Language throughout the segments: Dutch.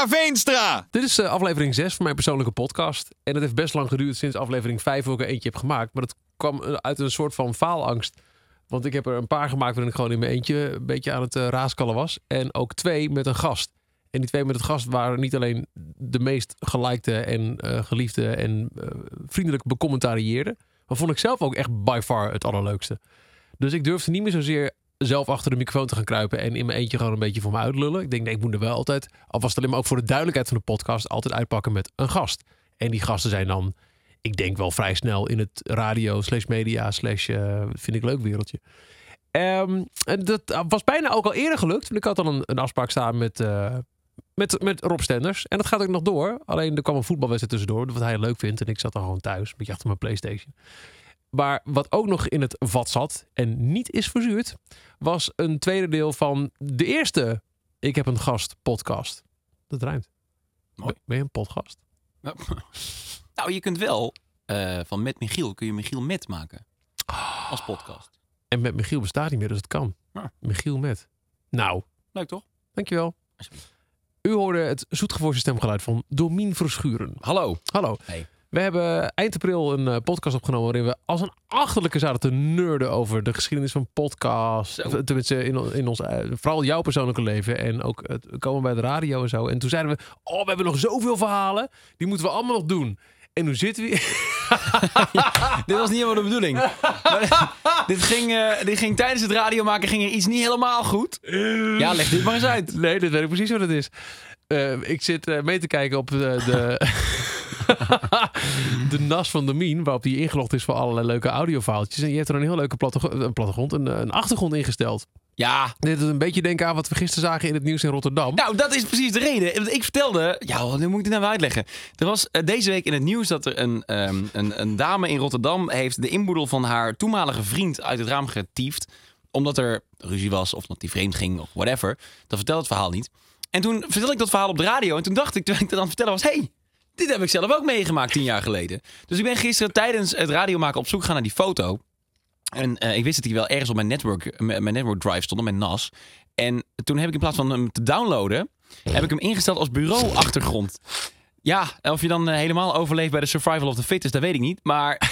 René Veenstra. Dit is aflevering 6 van mijn persoonlijke podcast. En het heeft best lang geduurd sinds aflevering 5 ook eentje heb gemaakt. Maar dat kwam uit een soort van faalangst. Want ik heb er een paar gemaakt waarin ik gewoon in mijn eentje een beetje aan het raaskallen was. En ook 2 met een gast. En die 2 met het gast waren niet alleen de meest gelikte en geliefde en vriendelijk becommentarieerde. Maar vond ik zelf ook echt by far het allerleukste. Dus ik durfde niet meer zozeer zelf achter de microfoon te gaan kruipen en in mijn eentje gewoon een beetje voor me uitlullen. Ik denk, nee, ik moet er wel altijd, al was het alleen maar ook voor de duidelijkheid van de podcast, altijd uitpakken met een gast. En die gasten zijn dan, ik denk wel vrij snel in het radio / media / vind ik leuk wereldje. En dat was bijna ook al eerder gelukt. Want ik had al een afspraak staan met Rob Stenders. En dat gaat ook nog door. Alleen er kwam een voetbalwedstrijd tussendoor, wat hij leuk vindt. En ik zat dan gewoon thuis, een beetje achter mijn PlayStation. Maar wat ook nog in het vat zat en niet is verzuurd, was een tweede deel van de eerste Ik heb een gast podcast. Dat rijmt. Mooi. Ben je een podcast? Nou, je kunt wel van Met Michiel kun je Michiel Met maken. Als podcast. En met Michiel bestaat niet meer, dus het kan. Ja. Michiel met. Nou, Leuk toch? dankjewel. Alsjeblieft. U hoorde het zoetgevoerde stemgeluid van Domien Verschuren. Hallo. Hallo. Hey. We hebben eind april een podcast opgenomen waarin we als een achterlijke zaten te nerden over de geschiedenis van podcasts. Zo. Tenminste in ons, vooral jouw persoonlijke leven en ook het komen bij de radio en zo. En toen zeiden we, we hebben nog zoveel verhalen, die moeten we allemaal nog doen. En nu zitten we... Dit was niet helemaal de bedoeling. Maar, dit ging tijdens het radiomaken ging er iets niet helemaal goed. Ja, leg dit maar eens uit. Nee, dit weet ik precies wat het is. Ik zit mee te kijken op de NAS van Domien, waarop die ingelogd is voor allerlei leuke audiofaaltjes. En je hebt er een heel leuke plattegrond, een achtergrond ingesteld. Ja. Dit is een beetje denken aan wat we gisteren zagen in het nieuws in Rotterdam. Nou, dat is precies de reden. Want ik vertelde... Ja, nu moet ik dit nou uitleggen. Er was deze week in het nieuws dat er een dame in Rotterdam heeft de inboedel van haar toenmalige vriend uit het raam getiefd. Omdat er ruzie was of dat die vreemd ging of whatever. Dat vertelde het verhaal niet. En toen vertelde ik dat verhaal op de radio. En toen dacht ik, terwijl ik dat aan het vertellen was... Hey, dit heb ik zelf ook meegemaakt 10 jaar geleden. Dus ik ben gisteren tijdens het radiomaken op zoek gegaan naar die foto. En ik wist dat hij wel ergens op mijn network drive stond, op mijn NAS. En toen heb ik in plaats van hem te downloaden, heb ik hem ingesteld als bureauachtergrond. Ja, of je dan helemaal overleeft bij de survival of the fittest, dat weet ik niet. Maar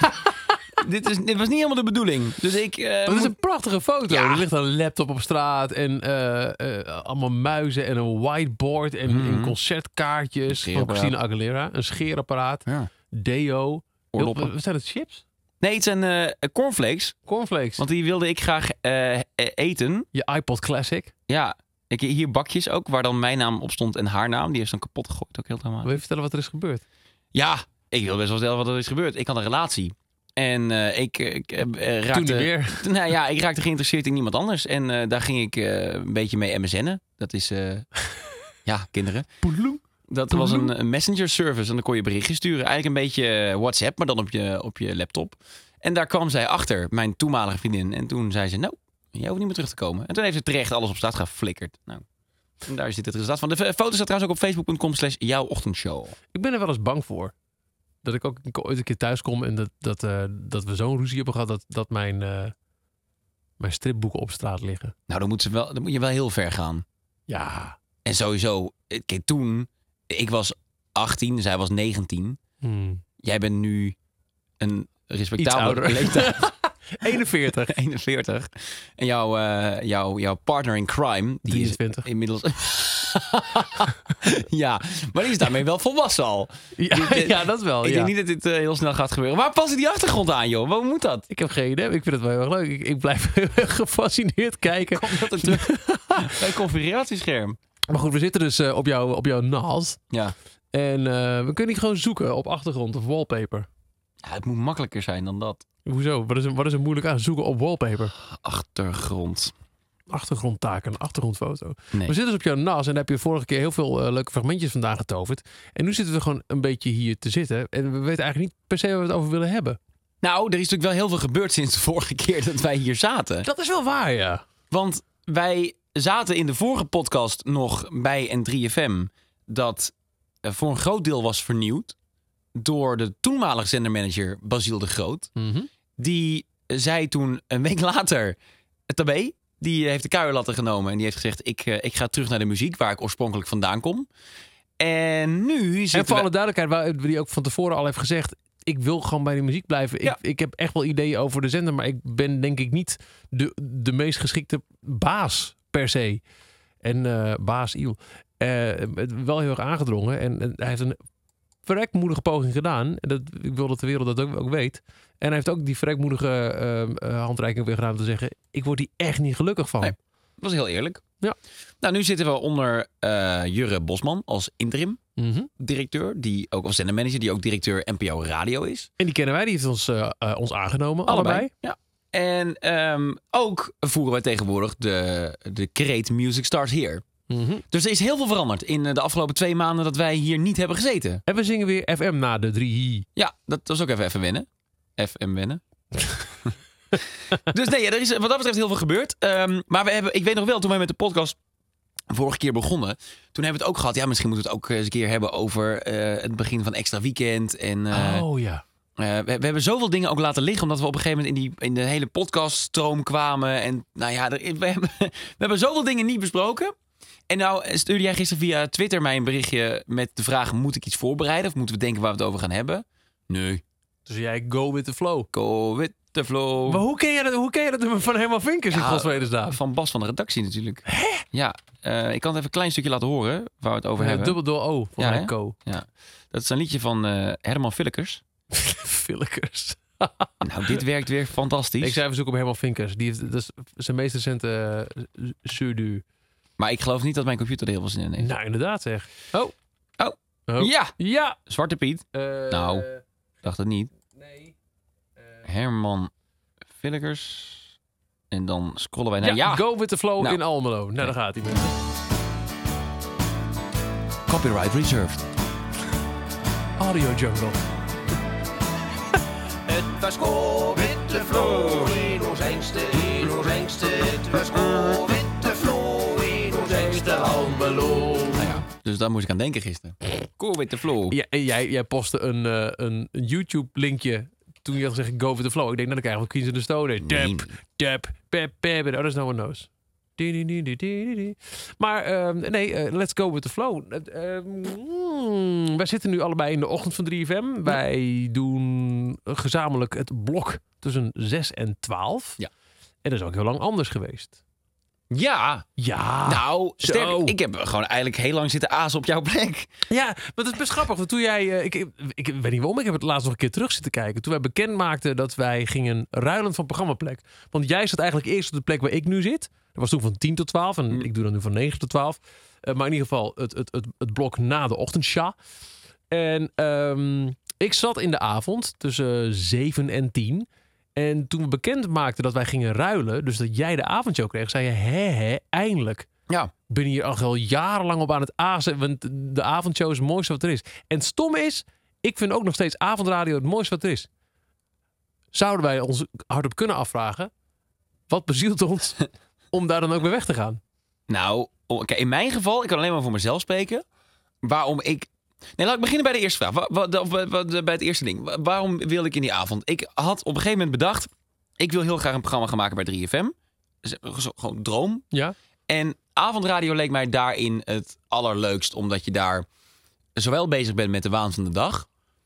dit was niet helemaal de bedoeling. Dus ik... Het is een prachtige foto. Ja. Er ligt een laptop op straat en allemaal muizen en een whiteboard en concertkaartjes van Christina Aguilera. Een scheerapparaat, Ja. deo. Oorloppen. Wat zijn het, chips? Nee, het zijn cornflakes. Cornflakes. Want die wilde ik graag eten. Je iPod Classic. Ja, hier bakjes ook, waar dan mijn naam op stond en haar naam. Die heeft dan kapot gegooid ook heel helemaal. Wil je vertellen wat er is gebeurd? Ja, ik wil best wel vertellen wat er is gebeurd. Ik had een relatie. En ik raakte... Toen niet meer. Nou ja, ik raakte geïnteresseerd in iemand anders. En daar ging ik een beetje mee MSN'en. Dat is... ja, kinderen. Dat was een messenger service. En dan kon je berichtjes sturen. Eigenlijk een beetje WhatsApp, maar dan op je laptop. En daar kwam zij achter, mijn toenmalige vriendin. En toen zei ze, nou, jij hoeft niet meer terug te komen. En toen heeft ze terecht alles op straat geflikkerd. Nou, en daar zit het resultaat van. De foto staat trouwens ook op facebook.com/jouwochtendshow. Ik ben er wel eens bang voor. Dat ik ook ooit een keer thuis kom en dat we zo'n ruzie hebben gehad dat mijn stripboeken op straat liggen. Nou, dan moet je wel heel ver gaan. Ja. En sowieso, kijk, toen, ik was 18, zij was 19. Jij bent nu een respectabele leeftijd. 41. 41. En jouw partner in crime, die 23. is inmiddels... ja, maar die is daarmee wel volwassen al. Ja, dat wel. Ik denk niet dat dit heel snel gaat gebeuren. Waar past die achtergrond aan, joh? Waar moet dat? Ik heb geen idee. Ik vind het wel heel erg leuk. Ik blijf heel erg gefascineerd kijken. Komt dat terug? Een configuratiescherm. Maar goed, we zitten dus op jouw NAS. Ja. En we kunnen gewoon zoeken op achtergrond of wallpaper. Ja, het moet makkelijker zijn dan dat. Hoezo? Wat is er moeilijk aan zoeken op wallpaper? Achtergrond. Achtergrondtaken, achtergrondfoto. Nee. We zitten dus op jouw NAS en daar heb je vorige keer heel veel leuke fragmentjes vandaan getoverd. En nu zitten we gewoon een beetje hier te zitten. En we weten eigenlijk niet per se waar we het over willen hebben. Nou, er is natuurlijk wel heel veel gebeurd sinds de vorige keer dat wij hier zaten. Dat is wel waar, ja. Want wij zaten in de vorige podcast nog bij een 3FM dat voor een groot deel was vernieuwd door de toenmalige zendermanager Basiel de Groot. Mm-hmm. Die zei toen een week later, tabé, Die heeft de kuierlatten genomen en die heeft gezegd... ik ga terug naar de muziek waar ik oorspronkelijk vandaan kom. En nu En voor alle duidelijkheid, waar die ook van tevoren al heeft gezegd... ik wil gewoon bij de muziek blijven. Ja. Ik heb echt wel ideeën over de zender... maar ik ben denk ik niet de meest geschikte baas per se. En baas Il. Wel heel erg aangedrongen. En hij heeft een verrekmoedige poging gedaan. En ik wil dat de wereld dat ook weet. En hij heeft ook die verrekmoedige handreiking weer gedaan... om te zeggen, ik word hier echt niet gelukkig van. Nee. Dat was heel eerlijk. Ja. Nou, nu zitten we onder Jurre Bosman als interim directeur. Die ook als zendermanager, die ook directeur NPO Radio is. En die kennen wij, die heeft ons aangenomen. Allebei. Ja. En ook voeren wij tegenwoordig de kreet Music Starts Here. Dus er is heel veel veranderd in de afgelopen 2 maanden dat wij hier niet hebben gezeten. En we zingen weer FM na de 3. Ja, dat was ook even wennen. FM wennen. Dus nee, er is wat dat betreft heel veel gebeurd. Maar ik weet nog wel, toen wij met de podcast vorige keer begonnen... toen hebben we het ook gehad. Ja, misschien moeten we het ook eens een keer hebben over het begin van Extra Weekend. En, ja. We hebben zoveel dingen ook laten liggen... omdat we op een gegeven moment in de hele podcaststroom kwamen. En nou ja, we hebben zoveel dingen niet besproken... En nou stuurde jij gisteren via Twitter mij een berichtje met de vraag... moet ik iets voorbereiden of moeten we denken waar we het over gaan hebben? Nee. Dus jij go with the flow. Go with the flow. Maar hoe ken je dat nummer van Herman Vinkers in godsvredesnaam? Van Bas van de redactie natuurlijk. Hè? Ja, ik kan het even een klein stukje laten horen waar we het over hebben. Dubbel door O, van mij Co. Ja. Dat is een liedje van Herman Villekers. Villekers. Nou, dit werkt weer fantastisch. Ik zei even zoeken op Herman Vinkers. Die heeft, dat is zijn meest recente surdu. Maar ik geloof niet dat mijn computer er heel veel zin in heeft. Nou, inderdaad zeg. Oh. Ja! Ja! Zwarte Piet. Nou, dacht het niet. Nee. Herman Villekers. En dan scrollen wij naar... Ja, Go with the flow Nou. in Almelo. Nou, daar gaat hij met. Copyright reserved. Audio Jungle. Het was Go with the flow in ons engste. Het was Go with the flow in ons engste Almelo. Nou ja, dus daar moest ik aan denken gisteren. Go with the flow. Ja, en jij postte een YouTube-linkje toen je had gezegd Go with the flow. Ik denk dat ik eigenlijk Queens of the Stone Nee. Tap, pep, pep. Oh, dat is no one knows. Maar let's go with the flow. Wij zitten nu allebei in de ochtend van 3FM. Wij doen gezamenlijk het blok tussen 6 en 12. Ja. En dat is ook heel lang anders geweest. Ja. Ja. Nou, Zo. sterk, ik heb gewoon eigenlijk heel lang zitten azen op jouw plek. Ja, maar het is best grappig. Want toen jij... ik weet niet waarom, ik heb het laatst nog een keer terug zitten kijken. Toen wij bekend maakten dat wij gingen ruilen van programmaplek. Want jij zat eigenlijk eerst op de plek waar ik nu zit. Dat was toen van 10 tot 12. En ik doe dan nu van 9 tot 12. Maar in ieder geval het blok na de ochtendshow. En ik zat in de avond tussen 7 en 10. En toen we bekend maakten dat wij gingen ruilen... dus dat jij de avondshow kreeg, zei je... eindelijk. Ja. Ik ben hier al jarenlang op aan het azen. Want de avondshow is het mooiste wat er is. En het stomme is... ik vind ook nog steeds avondradio het mooiste wat er is. Zouden wij ons hardop kunnen afvragen... wat bezielt ons om daar dan ook weer weg te gaan? Nou, in mijn geval, ik kan alleen maar voor mezelf spreken. Waarom ik... Nee, laat ik beginnen bij de eerste vraag. Bij het eerste ding. Waarom wil ik in die avond? Ik had op een gegeven moment bedacht... ik wil heel graag een programma gaan maken bij 3FM. Gewoon droom. Ja. En avondradio leek mij daarin het allerleukst. Omdat je daar zowel bezig bent met de waan van de dag.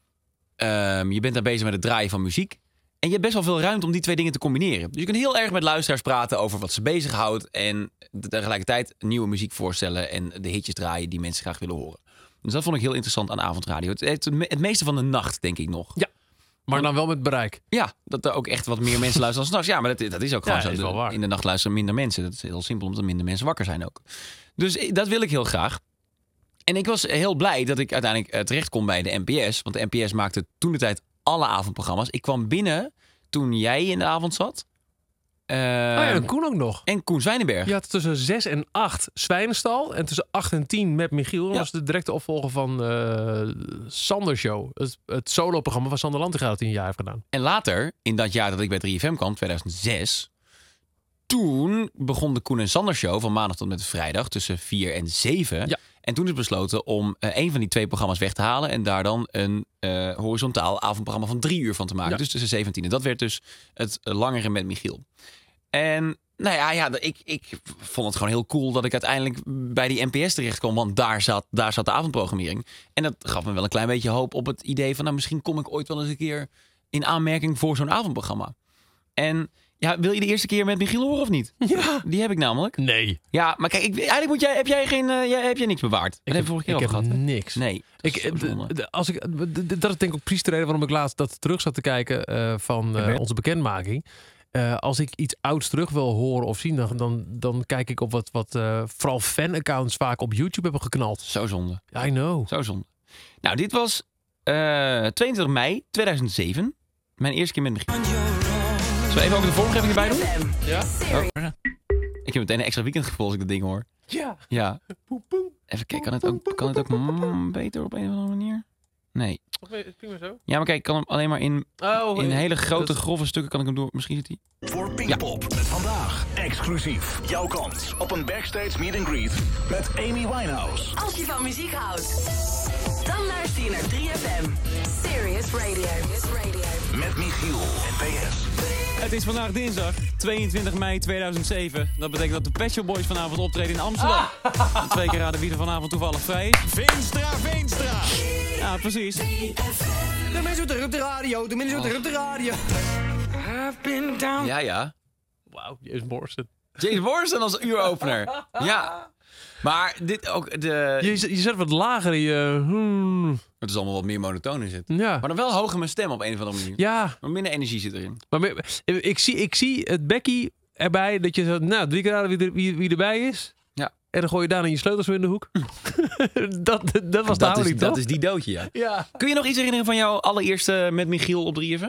Je bent daar bezig met het draaien van muziek. En je hebt best wel veel ruimte om die 2 dingen te combineren. Dus je kunt heel erg met luisteraars praten over wat ze bezighoudt. En tegelijkertijd nieuwe muziek voorstellen. En de hitjes draaien die mensen graag willen horen. Dus dat vond ik heel interessant aan avondradio. Het meeste van de nacht, denk ik nog. Ja. Maar dan wel met bereik. Ja, dat er ook echt wat meer mensen luisteren dan 's nachts. Ja, maar dat is ook gewoon Ja, zo. is wel waar. In de nacht luisteren minder mensen. Dat is heel simpel, omdat minder mensen wakker zijn ook. Dus dat wil ik heel graag. En ik was heel blij dat ik uiteindelijk terecht kon bij de NPS. Want de NPS maakte toentertijd alle avondprogramma's. Ik kwam binnen toen jij in de avond zat. En Koen ook nog. En Koen Zwijnenberg. Je had tussen 6 en 8 Zwijnenstal. En tussen 8 en 10 met Michiel. Dat was de directe opvolger van Sander Show. Het solo-programma van Sander Lantinga dat hij een jaar heeft gedaan. En later, in dat jaar dat ik bij 3FM kwam, 2006... toen begon de Koen en Sander Show van maandag tot met vrijdag tussen 4 en 7. Ja. En toen is besloten om een van die 2 programma's weg te halen... en daar dan een horizontaal avondprogramma van 3 uur van te maken. Ja. Dus tussen 7 en 10. En dat werd dus het langere met Michiel. En Nou ja, ik vond het gewoon heel cool dat ik uiteindelijk bij die NPS terecht kwam. Want daar zat de avondprogrammering. En dat gaf me wel een klein beetje hoop op het idee van... misschien kom ik ooit wel eens een keer in aanmerking voor zo'n avondprogramma. En ja, wil je de eerste keer met Michiel horen of niet? Ja. Die heb ik namelijk. Nee. Ja, maar kijk, heb jij niks bewaard? Dat hebben we vorige keer ik over heb gehad. Hè? niks. Nee. Dat is denk ik ook precies de reden waarom ik laatst dat terug zat te kijken van onze bekendmaking. Als ik iets ouds terug wil horen of zien, dan kijk ik op wat vooral fanaccounts vaak op YouTube hebben geknald. Zo zonde. I know. Zo zonde. Nou, dit was 22 mei 2007. Mijn eerste keer met Michiel. Zullen we even ook de vormgeving erbij doen? Ja? Oh. Ik heb meteen een extra weekendgevoel als ik dat ding hoor. Ja. Ja. Even kijken, kan het ook beter op een of andere manier? Nee. Prima zo. Ja, maar kijk, ik kan hem alleen maar in hele grote, dat... grove stukken kan ik hem door. Misschien zit hij. Voor Pinkpop. Met vandaag exclusief jouw kans op een backstage meet and greet met Amy Winehouse. Als je van muziek houdt, dan luister je naar 3FM. Serious Radio. Met Michiel en PS. Het is vandaag dinsdag, 22 mei 2007. Dat betekent dat de Pet Shop Boys vanavond optreden in Amsterdam. 2 keer raden wie er vanavond toevallig vrij is. Veenstra! Ja, precies. De mensen terug op de radio. I've been down. Ja. Wauw, James Morrison. James Morrison als uuropener. Ja. Maar dit ook de... Je zet wat lager in je... Het is allemaal wat meer monotoon in zit. Ja. Maar dan wel hoog in mijn stem op een of andere manier. Ja. Maar minder energie zit erin. Maar ik zie het Becky erbij dat je zo... Nou, 3 keer raden wie erbij is. Ja. En dan gooi je daarna je sleutels weer in de hoek. dat was de houding, toch? Dat is die doodje, ja. Ja. Kun je nog iets herinneren van jouw allereerste met Michiel op 3FM?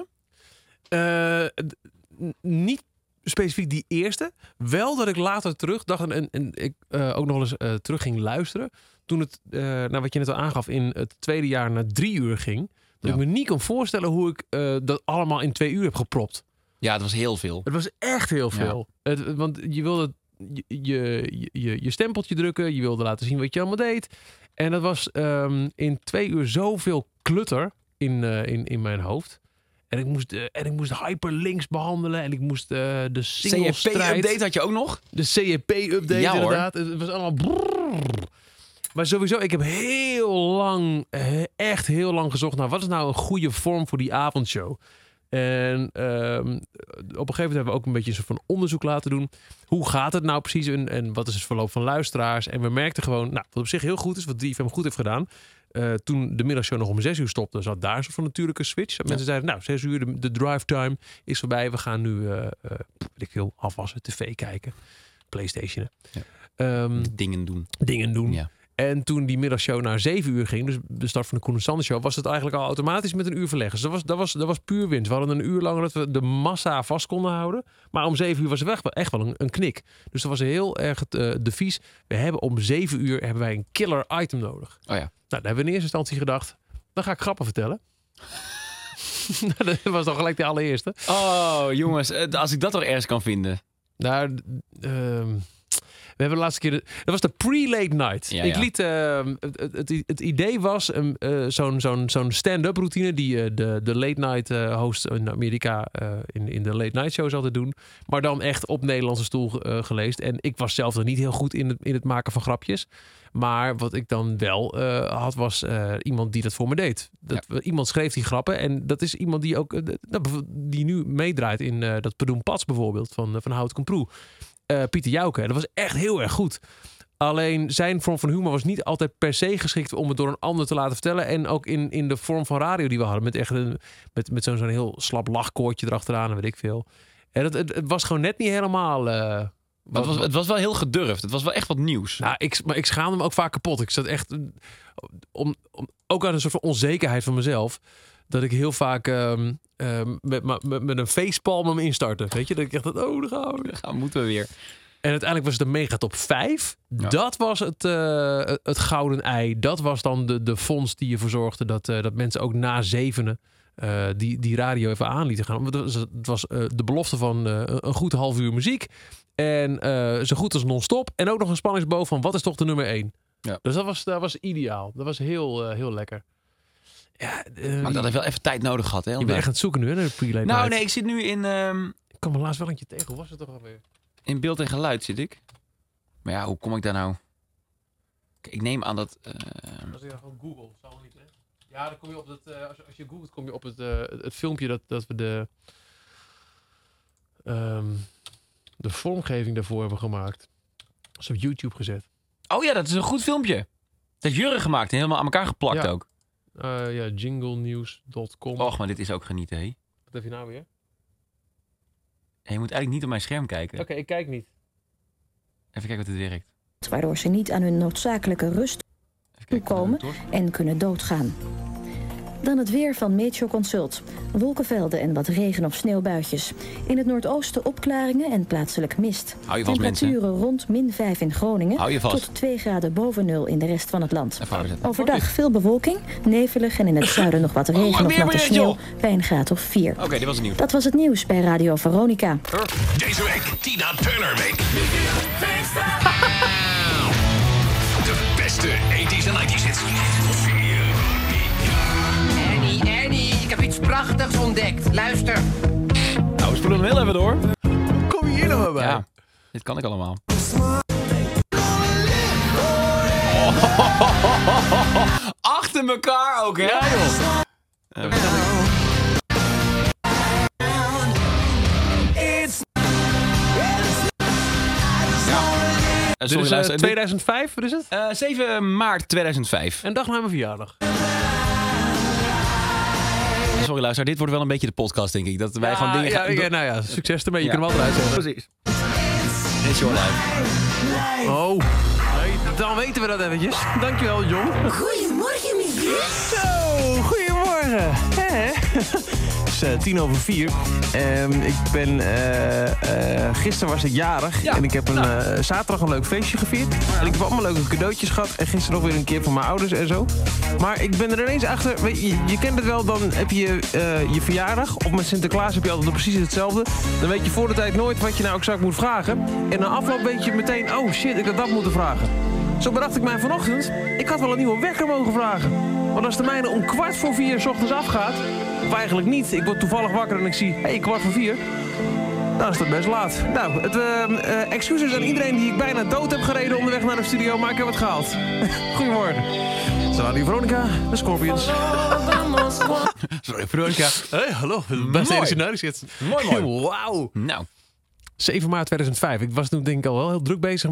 Niet specifiek die eerste. Wel dat ik later terug dacht en ik ook nog eens terug ging luisteren. Toen het, wat je net al aangaf, in het tweede jaar naar 3 uur ging. Dat ik me niet kan voorstellen hoe ik dat allemaal in 2 uur heb gepropt. Ja, het was heel veel. Het was echt heel veel. Want je wilde je stempeltje drukken. Je wilde laten zien wat je allemaal deed. En dat was in 2 uur zoveel klutter in mijn hoofd. En ik moest hyperlinks behandelen. En ik moest de single-strijd... CFP-update had je ook nog? De CFP-update, ja, inderdaad. Het was allemaal... Brrr. Maar sowieso, ik heb echt heel lang gezocht naar... wat is nou een goede vorm voor die avondshow? En op een gegeven moment hebben we ook een beetje een soort van onderzoek laten doen. Hoe gaat het nou precies en wat is het verloop van luisteraars? En we merkten gewoon, wat op zich heel goed is, wat 3FM goed heeft gedaan. Toen de middagshow nog om 6 uur stopte, zat daar een soort van natuurlijke switch. Mensen zeiden, 6 uur, de drive time is voorbij. We gaan nu, afwassen, tv kijken, PlayStation. Ja. Dingen doen. Ja. En toen die middagshow naar 7 uur ging, dus de start van de Koen en Sander show, was het eigenlijk al automatisch met 1 uur verleggen. Dus dat was puur winst. We hadden 1 uur langer dat we de massa vast konden houden. Maar om 7 uur was het echt wel een knik. Dus dat was heel erg het devies. We hebben om 7 uur hebben wij een killer item nodig. Oh ja. Nou, daar hebben we in eerste instantie gedacht, dan ga ik grappen vertellen. Dat was dan gelijk de allereerste. Oh, jongens, als ik dat toch ergens kan vinden. Nou, we hebben de laatste keer... Dat was de pre-late night. Ja, ik liet... Het idee was zo'n stand-up routine die de late night host in Amerika in de late night shows altijd doen. Maar dan echt op Nederlandse stoel geleest. En ik was zelf nog niet heel goed in het maken van grapjes. Maar wat ik dan wel had, was iemand die dat voor me deed. Iemand schreef die grappen. En dat is iemand die ook... die nu meedraait in dat Padoen Pats bijvoorbeeld. Van Hout Komproe. Pieter Jouke. Dat was echt heel erg goed. Alleen zijn vorm van humor was niet altijd per se geschikt om het door een ander te laten vertellen. En ook in de vorm van radio die we hadden. Met zo'n heel slap lachkoortje erachteraan en weet ik veel. En het was gewoon net niet helemaal... Het was wel heel gedurfd. Het was wel echt wat nieuws. Nou, maar ik schaamde me ook vaak kapot. Ik zat echt... ook aan een soort van onzekerheid van mezelf... dat ik heel vaak met een facepalm hem instartte. Weet je? Dat ik echt dacht, daar gaan we. Moeten we weer. En uiteindelijk was het een mega top 5. Ja. Dat was het gouden ei. Dat was dan de fonds die ervoor zorgde dat mensen ook na 7 die radio even aan lieten gaan. Het was de belofte van een goed half uur muziek. En zo goed als non-stop. En ook nog een spanningsboog van wat is toch de nummer 1. Ja. Dus dat was ideaal. Dat was heel lekker. Ja, maar dat heeft wel even tijd nodig gehad. Hè, je bent echt aan het zoeken nu, hè, naar de pre-late night. night. Nee, ik zit nu in... Ik kwam er laatst wel eentje tegen. Hoe was het toch alweer? In beeld en geluid zit ik. Maar ja, hoe kom ik daar nou? Ik neem aan dat... Als je gewoon Google, zal wel niet, hè? Ja, dan kom je op het... als je googelt, kom je op het filmpje dat we de vormgeving daarvoor hebben gemaakt. Dat is op YouTube gezet. Oh ja, dat is een goed filmpje. Dat heeft Jurre gemaakt en helemaal aan elkaar geplakt ook. Jinglenews.com. Och, maar dit is ook genieten, hé. Wat heb je nou weer? En je moet eigenlijk niet op mijn scherm kijken. Oké, ik kijk niet. Even kijken of dit werkt. Waardoor ze niet aan hun noodzakelijke rust toekomen en kunnen doodgaan. Dan het weer van Meteoconsult. Wolkenvelden en wat regen- of sneeuwbuitjes. In het noordoosten opklaringen en plaatselijk mist. Hou je vast, Temperaturen rond -5 in Groningen. Hou je vast. Tot 2 graden boven nul in de rest van het land. Even harder zetten. Overdag veel bewolking, nevelig en in het zuiden nog wat regen of natte sneeuw bij een graad of 4. Oké, dit was het nieuws. Dat was het nieuws bij Radio Veronica. Deze week Tina Turner Week. De beste 80s en 90s hits. Annie, ik heb iets prachtigs ontdekt. Luister. Nou, we spoelen hem heel even door. Hoe kom je hier nou bij? Ja, dit kan ik allemaal. Achter elkaar ook, hè? Ja, joh. Dit is 2005, wat is het? 7 maart 2005. En dag na mijn verjaardag. Sorry luisteraar, dit wordt wel een beetje de podcast, denk ik. Dat wij gewoon dingen gaan... Nou ja, succes ermee. Je kan hem altijd uitzetten. Precies. Dit is your life. Oh, nee, dan weten we dat eventjes. Dankjewel, John. Goedemorgen, Michiel. Zo, goedemorgen. Het is 4:10. Ik ben... gisteren was ik jarig. Ja, En ik heb zaterdag een leuk feestje gevierd. En ik heb allemaal leuke cadeautjes gehad. En gisteren nog weer een keer van mijn ouders en zo. Maar ik ben er ineens achter... Weet je kent het wel, dan heb je je verjaardag. Of met Sinterklaas heb je altijd precies hetzelfde. Dan weet je voor de tijd nooit wat je nou exact moet vragen. En na afloop weet je meteen... Oh shit, ik had dat moeten vragen. Zo bedacht ik mij vanochtend... Ik had wel een nieuwe wekker mogen vragen. Want als de mijne om 4:15 's ochtends afgaat... Of eigenlijk niet. Ik word toevallig wakker en ik zie... 4:15. Dan is het best laat. Nou, excuses aan iedereen die ik bijna dood heb gereden onderweg naar de studio, maar ik heb het gehaald. Goedemorgen. Radio Veronica, de Scorpions. Sorry, Veronica. Hey, hallo. Best editionaris. Mooi. Wauw. Nou. 7 maart 2005. Ik was toen denk ik al wel heel druk bezig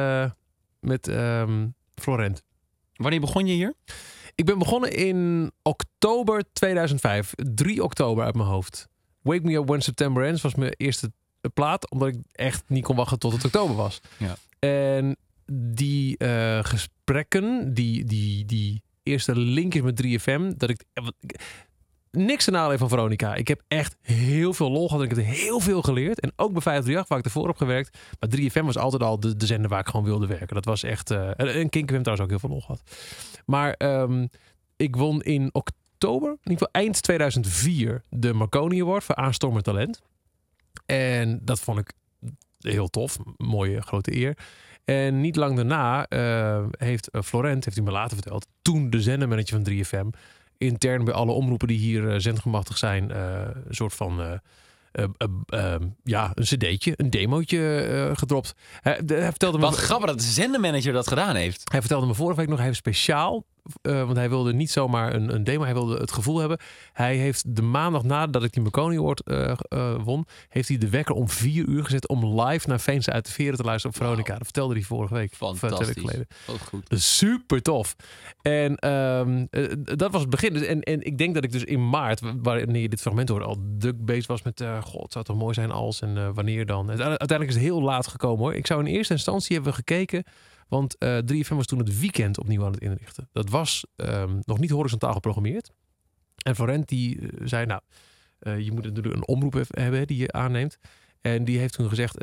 met Florent. Wanneer begon je hier? Ik ben begonnen in oktober 2005. 3 oktober uit mijn hoofd. Wake Me Up When September Ends was mijn eerste plaat. Omdat ik echt niet kon wachten tot het oktober was. Ja. En die gesprekken, die eerste linkjes met 3FM. Dat ik niks te nadelen van Veronica. Ik heb echt heel veel lol gehad. En ik heb heel veel geleerd. En ook bij 538 waar ik ervoor heb gewerkt. Maar 3FM was altijd al de zender waar ik gewoon wilde werken. Dat was echt... en Kink FM trouwens ook heel veel lol gehad. Maar ik won in oktober, in ieder geval eind 2004... de Marconi Award voor aanstormend talent. En dat vond ik heel tof. Mooie grote eer. En niet lang daarna heeft Florent, heeft hij me later verteld... toen de zendermanager van 3FM... intern bij alle omroepen die hier zendgemachtigd zijn... een soort van... een cd'tje, een demootje gedropt. Hij vertelde me... Wat grappig dat de zendermanager dat gedaan heeft. Hij vertelde me vorige week nog, hij heeft speciaal... want hij wilde niet zomaar een demo, hij wilde het gevoel hebben. Hij heeft de maandag nadat ik die Marconi Award won... heeft hij de wekker om 4 uur gezet... om live naar Veense uit de Veren te luisteren op Veronica. Dat vertelde hij vorige week. Fantastisch. 2 weken geleden. Ook goed. Super tof. En dat was het begin. Dus, en ik denk dat ik dus in maart, wanneer je dit fragment hoorde... al druk bezig was met... God, het zou toch mooi zijn als en wanneer dan. Uiteindelijk is het heel laat gekomen hoor. Ik zou in eerste instantie hebben gekeken... Want 3FM was toen het weekend opnieuw aan het inrichten. Dat was nog niet horizontaal geprogrammeerd. En Florent die zei, nou, je moet natuurlijk een omroep hebben die je aanneemt. En die heeft toen gezegd,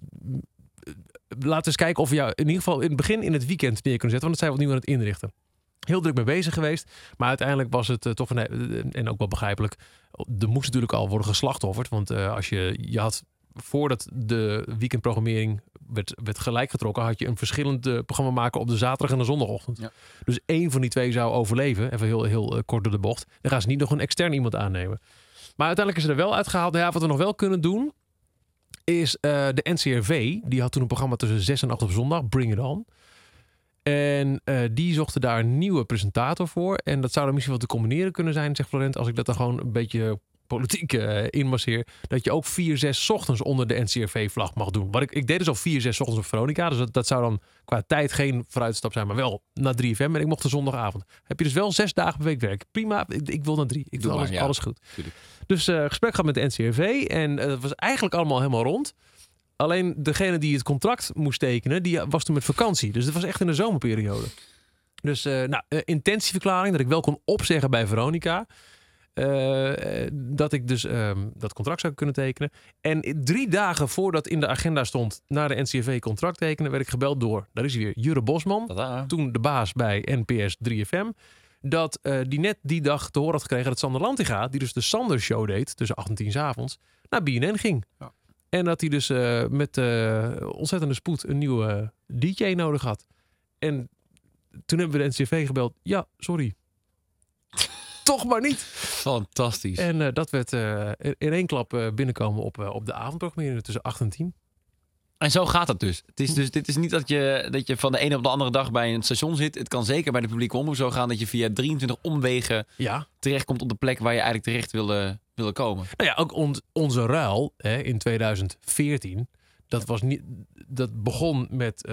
laten we eens kijken of we jou in ieder geval in het begin in het weekend neer kunnen zetten. Want dat zijn we opnieuw aan het inrichten. Heel druk mee bezig geweest. Maar uiteindelijk was het toch, en ook wel begrijpelijk, er moest natuurlijk al worden geslachtofferd. Want als je had... Voordat de weekendprogrammering werd gelijk getrokken... had je een verschillend programma maken op de zaterdag en de zondagochtend. Ja. Dus 1 van die 2 zou overleven. Even heel kort door de bocht. Dan gaan ze niet nog een extern iemand aannemen. Maar uiteindelijk is er wel uitgehaald. Ja, wat we nog wel kunnen doen... is de NCRV. Die had toen een programma tussen 6 en 8 op zondag. Bring It On. En die zochten daar een nieuwe presentator voor. En dat zou dan misschien wel te combineren kunnen zijn, zegt Florent. Als ik dat dan gewoon een beetje politiek inmasseer. Dat je ook 4-6 ochtends onder de NCRV-vlag mag doen. Ik deed dus al 4-6 ochtends op Veronica. Dus dat zou dan qua tijd geen vooruitstap zijn. Maar wel naar 3FM. En ik mocht de zondagavond. Heb je dus wel 6 dagen per week werk. Prima, ik wil naar 3. Ik wil alles goed. Tuurlijk. Dus gesprek gehad met de NCRV. En het was eigenlijk allemaal helemaal rond. Alleen degene die het contract moest tekenen, die was toen met vakantie. Dus dat was echt in de zomerperiode. Dus intentieverklaring dat ik wel kon opzeggen bij Veronica. Dat ik dus dat contract zou kunnen tekenen. En 3 dagen voordat in de agenda stond naar de NCRV contract tekenen, werd ik gebeld door, daar is hij weer, Jure Bosman. Tada. Toen de baas bij NPS 3FM. Dat die net die dag te horen had gekregen dat Sander Lantinga, die dus de Sander Show deed, tussen 8 en 10 's avonds, naar BNN ging. Ja. En dat hij dus met ontzettende spoed een nieuwe DJ nodig had. En toen hebben we de NCRV gebeld. Ja, sorry. Toch maar niet. Fantastisch. En dat werd in 1 klap binnenkomen op de avondprogrammering tussen 8 en 10. En zo gaat het dus. Dit is niet dat je van de ene op de andere dag bij een station zit. Het kan zeker bij de publieke omroep zo gaan dat je via 23 omwegen terechtkomt op de plek waar je eigenlijk terecht wilde komen. Nou ja, ook onze ruil in 2014. Dat begon met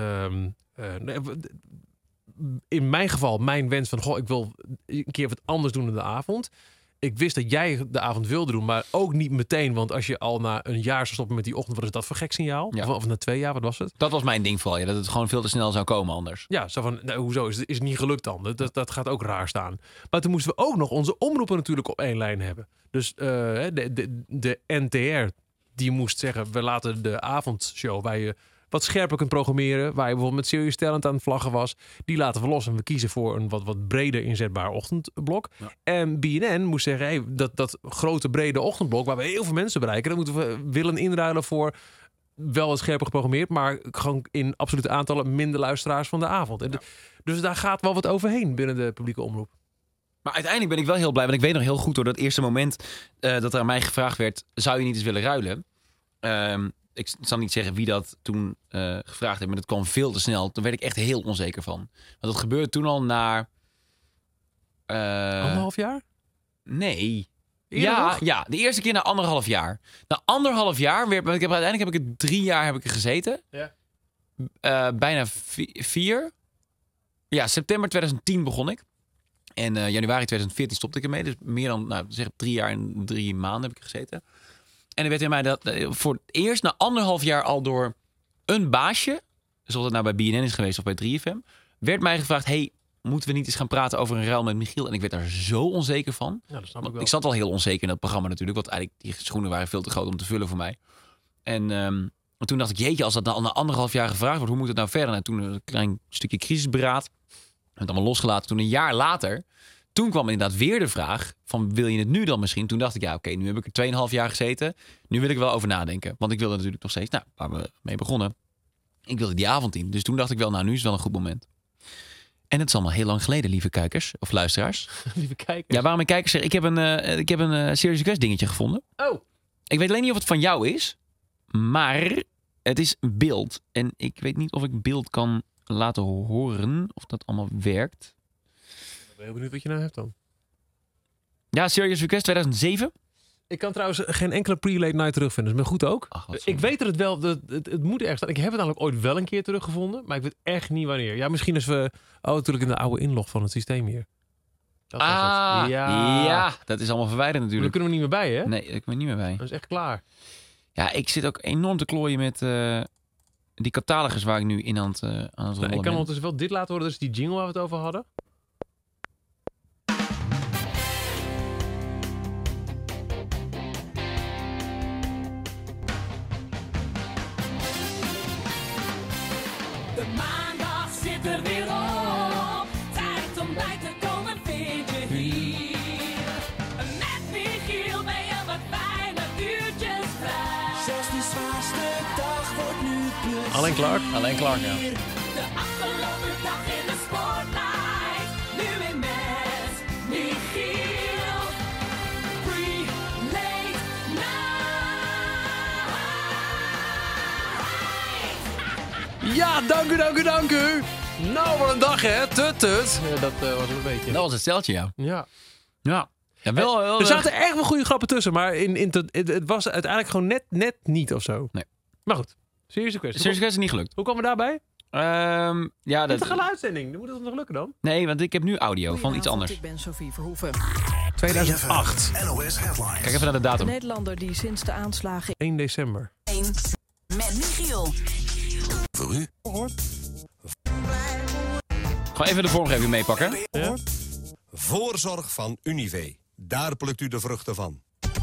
in mijn geval mijn wens van ik wil een keer wat anders doen in de avond. Ik wist dat jij de avond wilde doen, maar ook niet meteen. Want als je al na een jaar zou stoppen met die ochtend, wat is dat voor gek signaal? Ja. Of na 2 jaar, wat was het? Dat was mijn ding vooral, dat het gewoon veel te snel zou komen anders. Ja, zo van, hoezo? Is het niet gelukt dan? Dat gaat ook raar staan. Maar toen moesten we ook nog onze omroepen natuurlijk op 1 lijn hebben. Dus de NTR, die moest zeggen, we laten de avondshow waar je wat scherper kunt programmeren, waar je bijvoorbeeld met Serious Talent aan het vlaggen was, die laten we los en we kiezen voor een wat breder inzetbaar ochtendblok. Ja. En BNN moest zeggen, dat grote brede ochtendblok waar we heel veel mensen bereiken, dat moeten we willen inruilen voor wel wat scherper geprogrammeerd, maar gewoon in absolute aantallen minder luisteraars van de avond. En dus daar gaat wel wat overheen binnen de publieke omroep. Maar uiteindelijk ben ik wel heel blij, want ik weet nog heel goed door dat eerste moment dat er aan mij gevraagd werd, zou je niet eens willen ruilen? Ik zal niet zeggen wie dat toen gevraagd heeft, maar dat kwam veel te snel. Toen werd ik echt heel onzeker van. Want dat gebeurde toen al na 1,5 jaar? Nee. Ja, de eerste keer na 1,5 jaar. Na 1,5 jaar, uiteindelijk heb ik er 3 jaar er gezeten. Ja. Bijna 4. Ja, september 2010 begon ik. En januari 2014 stopte ik ermee. Dus meer dan 3 jaar en 3 maanden heb ik gezeten. En er werd in mij dat voor het eerst na 1,5 jaar al door een baasje, zoals het nou bij BNN is geweest of bij 3FM, werd mij gevraagd, moeten we niet eens gaan praten over een ruil met Michiel? En ik werd daar zo onzeker van. Ja, dat snap ik wel. Ik zat al heel onzeker in dat programma natuurlijk, want eigenlijk die schoenen waren veel te groot om te vullen voor mij. En toen dacht ik, jeetje, als dat na 1,5 jaar gevraagd wordt, hoe moet het nou verder? En toen een klein stukje crisisberaad, het allemaal losgelaten. Toen een jaar later, toen kwam inderdaad weer de vraag van, wil je het nu dan misschien? Toen dacht ik, oké, nu heb ik er 2,5 jaar gezeten. Nu wil ik wel over nadenken. Want ik wilde natuurlijk nog steeds, waar we mee begonnen, ik wilde die avond in. Dus toen dacht ik wel, nu is het wel een goed moment. En het is allemaal heel lang geleden, lieve kijkers of luisteraars. Lieve kijkers? Ja, waarom ik kijkers zeg, ik heb een Serious Request dingetje gevonden. Oh. Ik weet alleen niet of het van jou is, maar het is een beeld. En ik weet niet of ik beeld kan laten horen, of dat allemaal werkt. Ik ben heel benieuwd wat je nou hebt dan. Ja, Serious Request 2007. Ik kan trouwens geen enkele pre-late night terugvinden. Dat is me goed ook. Ik weet dat het wel, het moet ergens staan. Ik heb het namelijk ooit wel een keer teruggevonden, maar ik weet echt niet wanneer. Ja, misschien als we, natuurlijk in de oude inlog van het systeem hier. Dat ja, dat is allemaal verwijderd natuurlijk. Daar kunnen we niet meer bij, hè? Nee, daar kunnen we niet meer bij. Dat is echt klaar. Ja, ik zit ook enorm te klooien met die catalogus waar ik nu in aan het rollen ben. Ik kan ondertussen wel dit laten horen. Dat is die jingle waar we het over hadden. De maandag zit er weer op. Tijd om bij te komen vind je hier. Met Michiel ben je wat fijne uurtjes vrij. Zelfs die zwaarste dag wordt nu plezier. Alleen Clark, ja. De afgelopen dag in de spotlight. Nu in met Michiel. Pre-late night. Ja, dank u. Nou, wat een dag, hè. Tut. Dat was een beetje. Dat was het steltje, ja. Ja. Ja. Ja, wel, Er zaten echt wel goede grappen tussen, maar het was uiteindelijk gewoon net niet of zo. Nee. Maar goed, serieuze kwestie. Serieus is niet gelukt. Hoe kwam we daarbij? Ja, Dat is een uitzending. Dan moet het nog lukken dan. Nee, want ik heb nu audio van iets anders. Ik ben Sophie Verhoeven. 2008. NOS Headlines. Kijk even naar de De datum. Nederlander die sinds de aanslagen 1 december. Met Michiel. Voor u. Gewoon even de vormgeving meepakken. Ja? Voorzorg van Unive. Daar plukt u de vruchten van.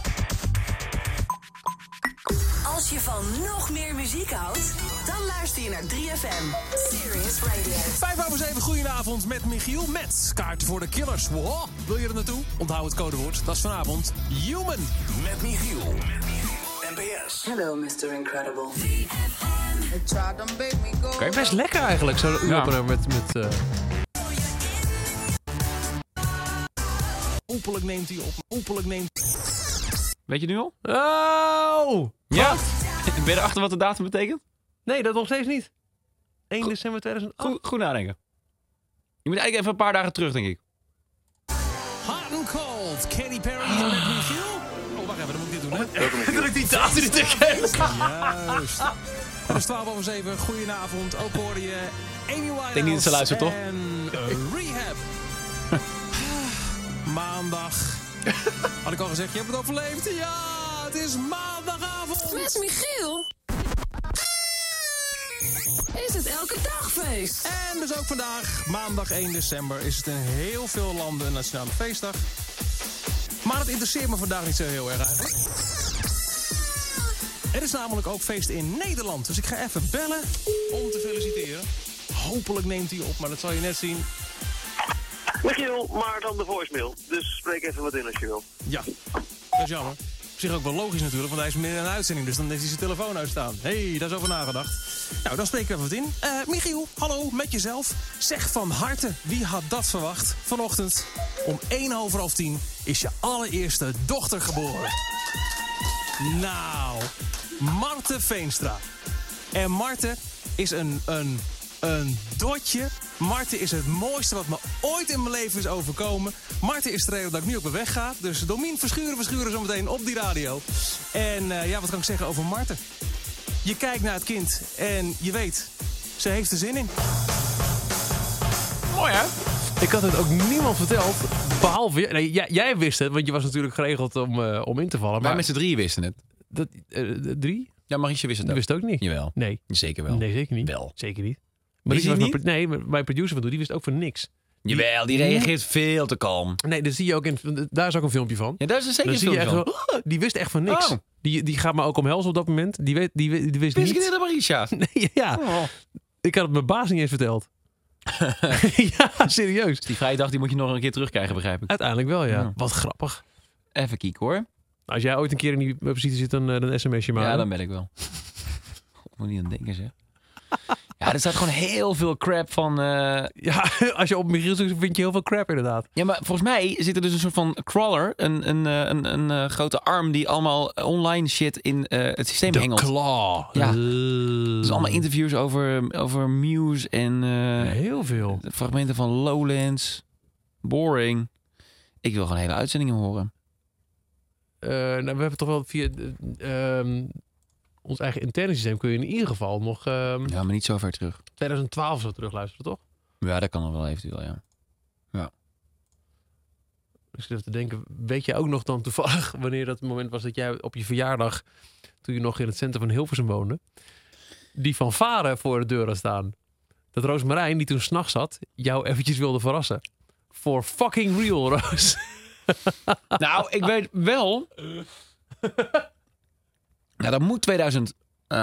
Als je van nog meer muziek houdt, dan luister je naar 3FM. Serious Radio. 5:07, goedenavond met Michiel. Met kaarten voor de Killers. Wow, wil je er naartoe? Onthoud het codewoord. Dat is vanavond Human. Met Michiel. NPS. Hello, Mr. Incredible. Kan je best lekker eigenlijk, zo opener met Hopelijk neemt hij op. Hopelijk neemt... Weet je nu al? Oh! Ja. Ben je erachter wat de datum betekent? Nee, dat nog steeds niet. 1 december 2008. Goed nadenken. Je moet eigenlijk even een paar dagen terug, denk ik. Hot and Cold. Katy Perry met Michiel. Oh, wacht even, dan moet ik dit doen, hè? Dat ik die datum niet herken. Juist. Het is 12:07, goedenavond. Ook hoorde je Amy Winehouse. Ik denk niet dat ze luistert, toch? En Rehab. Maandag. Had ik al gezegd, je hebt het overleefd? Ja, het is maandagavond. Met Michiel is het elke dag feest. En dus ook vandaag, maandag 1 december, is het in heel veel landen een nationale feestdag. Maar het interesseert me vandaag niet zo heel erg eigenlijk. Er is namelijk ook feest in Nederland. Dus ik ga even bellen om te feliciteren. Hopelijk neemt hij op, maar dat zal je net zien. Michiel, maar dan de voicemail. Dus spreek even wat in als je wil. Ja, dat is jammer. Op zich ook wel logisch natuurlijk, want hij is midden in een uitzending. Dus dan heeft hij zijn telefoon uitstaan. Hé, daar is over nagedacht. Nou, dan spreek ik even wat in. Michiel, hallo, met jezelf. Zeg van harte, wie had dat verwacht? Vanochtend om 9:50 is je allereerste dochter geboren. Nou, Marte Veenstra. En Marte is een dotje. Marte is het mooiste wat me ooit in mijn leven is overkomen. Marte is de reden dat ik nu op mijn weg ga. Dus Domien verschuren zometeen op die radio. En ja, wat kan ik zeggen over Marte? Je kijkt naar het kind en je weet, ze heeft er zin in. Mooi, hè? Ik had het ook niemand verteld, behalve... Nee, jij wist het, want je was natuurlijk geregeld om in te vallen. Wij Maar met z'n drieën wisten het. 3? Ja, Marietje wist het Die ook. wist het ook niet. Jawel. Nee. Zeker wel. Nee, zeker niet. Wel. Zeker niet. Wist hij niet? Nee, mijn producer van Doe, die wist ook van niks. Jawel, die reageert veel te kalm. Nee, dat zie je ook daar is ook een filmpje van. Ja, daar is er zeker Dan een zie je filmpje echt van. zo, die wist echt van niks. Oh. Die gaat me ook omhelzen op dat moment. Die wist Wist niet. ik dit, Marietje? Nee, ja. Oh. Ik had het mijn baas niet eens verteld. Ja, serieus. Die vrije dag die moet je nog een keer terugkrijgen, begrijp ik. Uiteindelijk wel, ja. Ja. Wat grappig. Even kieken, hoor. Als jij ooit een keer in die positie zit, dan sms je maar. Ja, dan ben ik wel. Moet niet aan denken, zeg. Ja, er staat gewoon heel veel crap van... Ja, als je op Michiel zoekt, vind je heel veel crap inderdaad. Ja, maar volgens mij zit er dus een soort van crawler. Een grote arm die allemaal online shit in het systeem hengelt. Claw. Ja. Dus allemaal interviews over Muse en... heel veel. Fragmenten van Lowlands. Boring. Ik wil gewoon hele uitzendingen horen. Nou, we hebben toch wel via ons eigen interne systeem kun je in ieder geval nog Ja, maar niet zo ver terug. 2012 zo terugluisteren, toch? Ja, dat kan nog wel eventueel, ja. Ja. Ik zit even te denken, weet je ook nog dan toevallig wanneer dat moment was dat jij op je verjaardag, toen je nog in het centrum van Hilversum woonde, die fanfare voor de deur had staan. Dat Roosmarijn, die toen 's nachts zat, jou eventjes wilde verrassen. For fucking real, Roos. Nou, ik weet wel... Nou, dat moet 2000...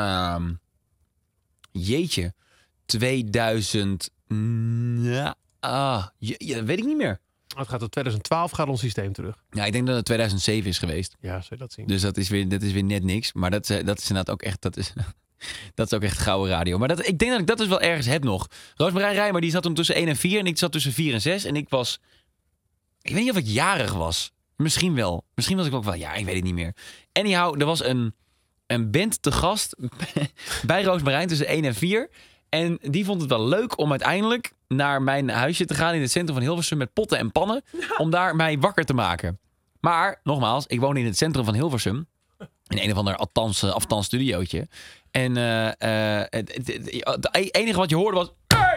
jeetje. 2000... Ja, dat weet ik niet meer. Het gaat tot 2012 gaat ons systeem terug. Ja, ik denk dat het 2007 is geweest. Ja, zou je dat zien. Dus dat is weer net niks. Maar dat is inderdaad ook echt... Dat is ook echt gouden radio. Maar ik denk dat ik dat dus wel ergens heb nog. Roosmarijn Rijmer, die zat toen tussen 1 en 4. En ik zat tussen 4 en 6. En ik was... Ik weet niet of ik jarig was. Misschien wel. Misschien was ik ook wel... Ja, ik weet het niet meer. Anyhow, er was een band te gast bij Roosmarijn tussen 1 en 4. En die vond het wel leuk om uiteindelijk naar mijn huisje te gaan in het centrum van Hilversum met potten en pannen. Om daar mij wakker te maken. Maar, nogmaals, ik woon in het centrum van Hilversum. In een of ander afstans studiootje. En het enige wat je hoorde was...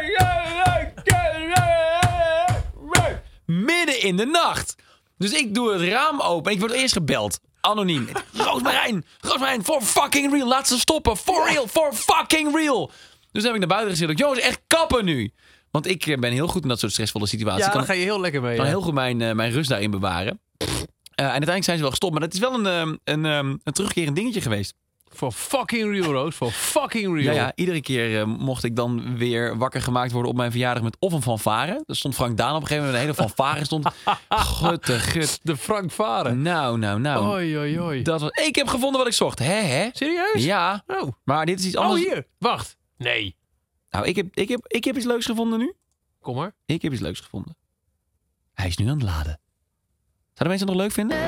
midden in de nacht. Dus ik doe het raam open en ik word eerst gebeld. Anoniem. Roosmarijn, for fucking real. Laat ze stoppen. For fucking real. Dus dan heb ik naar buiten gezegd. Jongens, echt kappen nu. Want ik ben heel goed in dat soort stressvolle situaties. Ja, daar ga je heel lekker mee. Ik kan heel goed mijn rust daarin bewaren. En uiteindelijk zijn ze wel gestopt. Maar het is wel een terugkerend dingetje geweest. For fucking real, Roos. For fucking real. Ja, iedere keer mocht ik dan weer wakker gemaakt worden op mijn verjaardag met of een fanfare. Er stond Frank Daan op een gegeven moment. Een hele fanfare stond. Gut. De Frank Varen. Nou. Oei. Dat was... Ik heb gevonden wat ik zocht. Hè? Serieus? Ja. Oh. Maar dit is iets anders. Oh, hier. Wacht. Nee. Nou, ik heb iets leuks gevonden nu. Kom maar. Ik heb iets leuks gevonden. Hij is nu aan het laden. Zouden mensen het nog leuk vinden?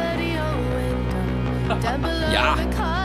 Ja.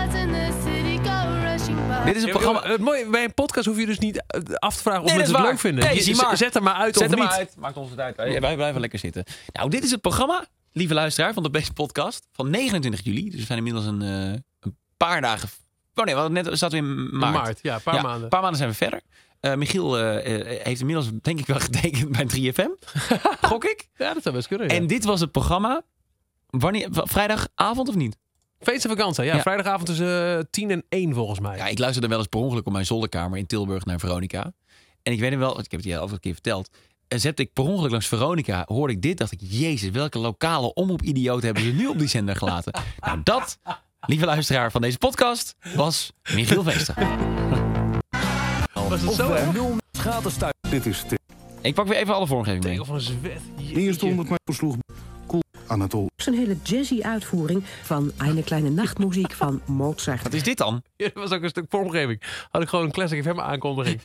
Dit is een programma... Het mooie, bij een podcast hoef je dus niet af te vragen of mensen het leuk vinden. Nee, zet er maar uit of niet. Zet er maar uit. Maakt ons het uit. Wij blijven lekker zitten. Nou, dit is het programma, lieve luisteraar, van de Beste Podcast van 29 juli. Dus we zijn inmiddels een paar dagen... Oh nee, we zaten in maart. Ja, een paar maanden. Een paar maanden zijn we verder. Michiel heeft inmiddels denk ik wel getekend bij 3FM. Gok ik? Ja, dat zou best kunnen. Ja. En dit was het programma. Wanneer? Vrijdagavond of niet? Feest en vakantie, ja. Vrijdagavond tussen 10 en 1 volgens mij. Ja, ik luisterde wel eens per ongeluk op mijn zolderkamer in Tilburg naar Veronica. En ik weet hem wel, ik heb het je al een keer verteld. En zette ik per ongeluk langs Veronica, hoorde ik dit, dacht ik, jezus, welke lokale omroepidioot hebben ze nu op die zender gelaten? Nou, dat, lieve luisteraar van deze podcast, was Michiel Veenstra. Was het zo? Gratis thuis. Dit is het. Ik pak weer even alle vormgeving mee. Tegel van een zwet. Eerst 100 mijl versloeg. Cool. Anatol. Het is een hele jazzy uitvoering van Eine kleine nachtmuziek van Mozart. Wat is dit dan? Ja, dat was ook een stuk vormgeving. Had ik gewoon een Classic FM aankondiging.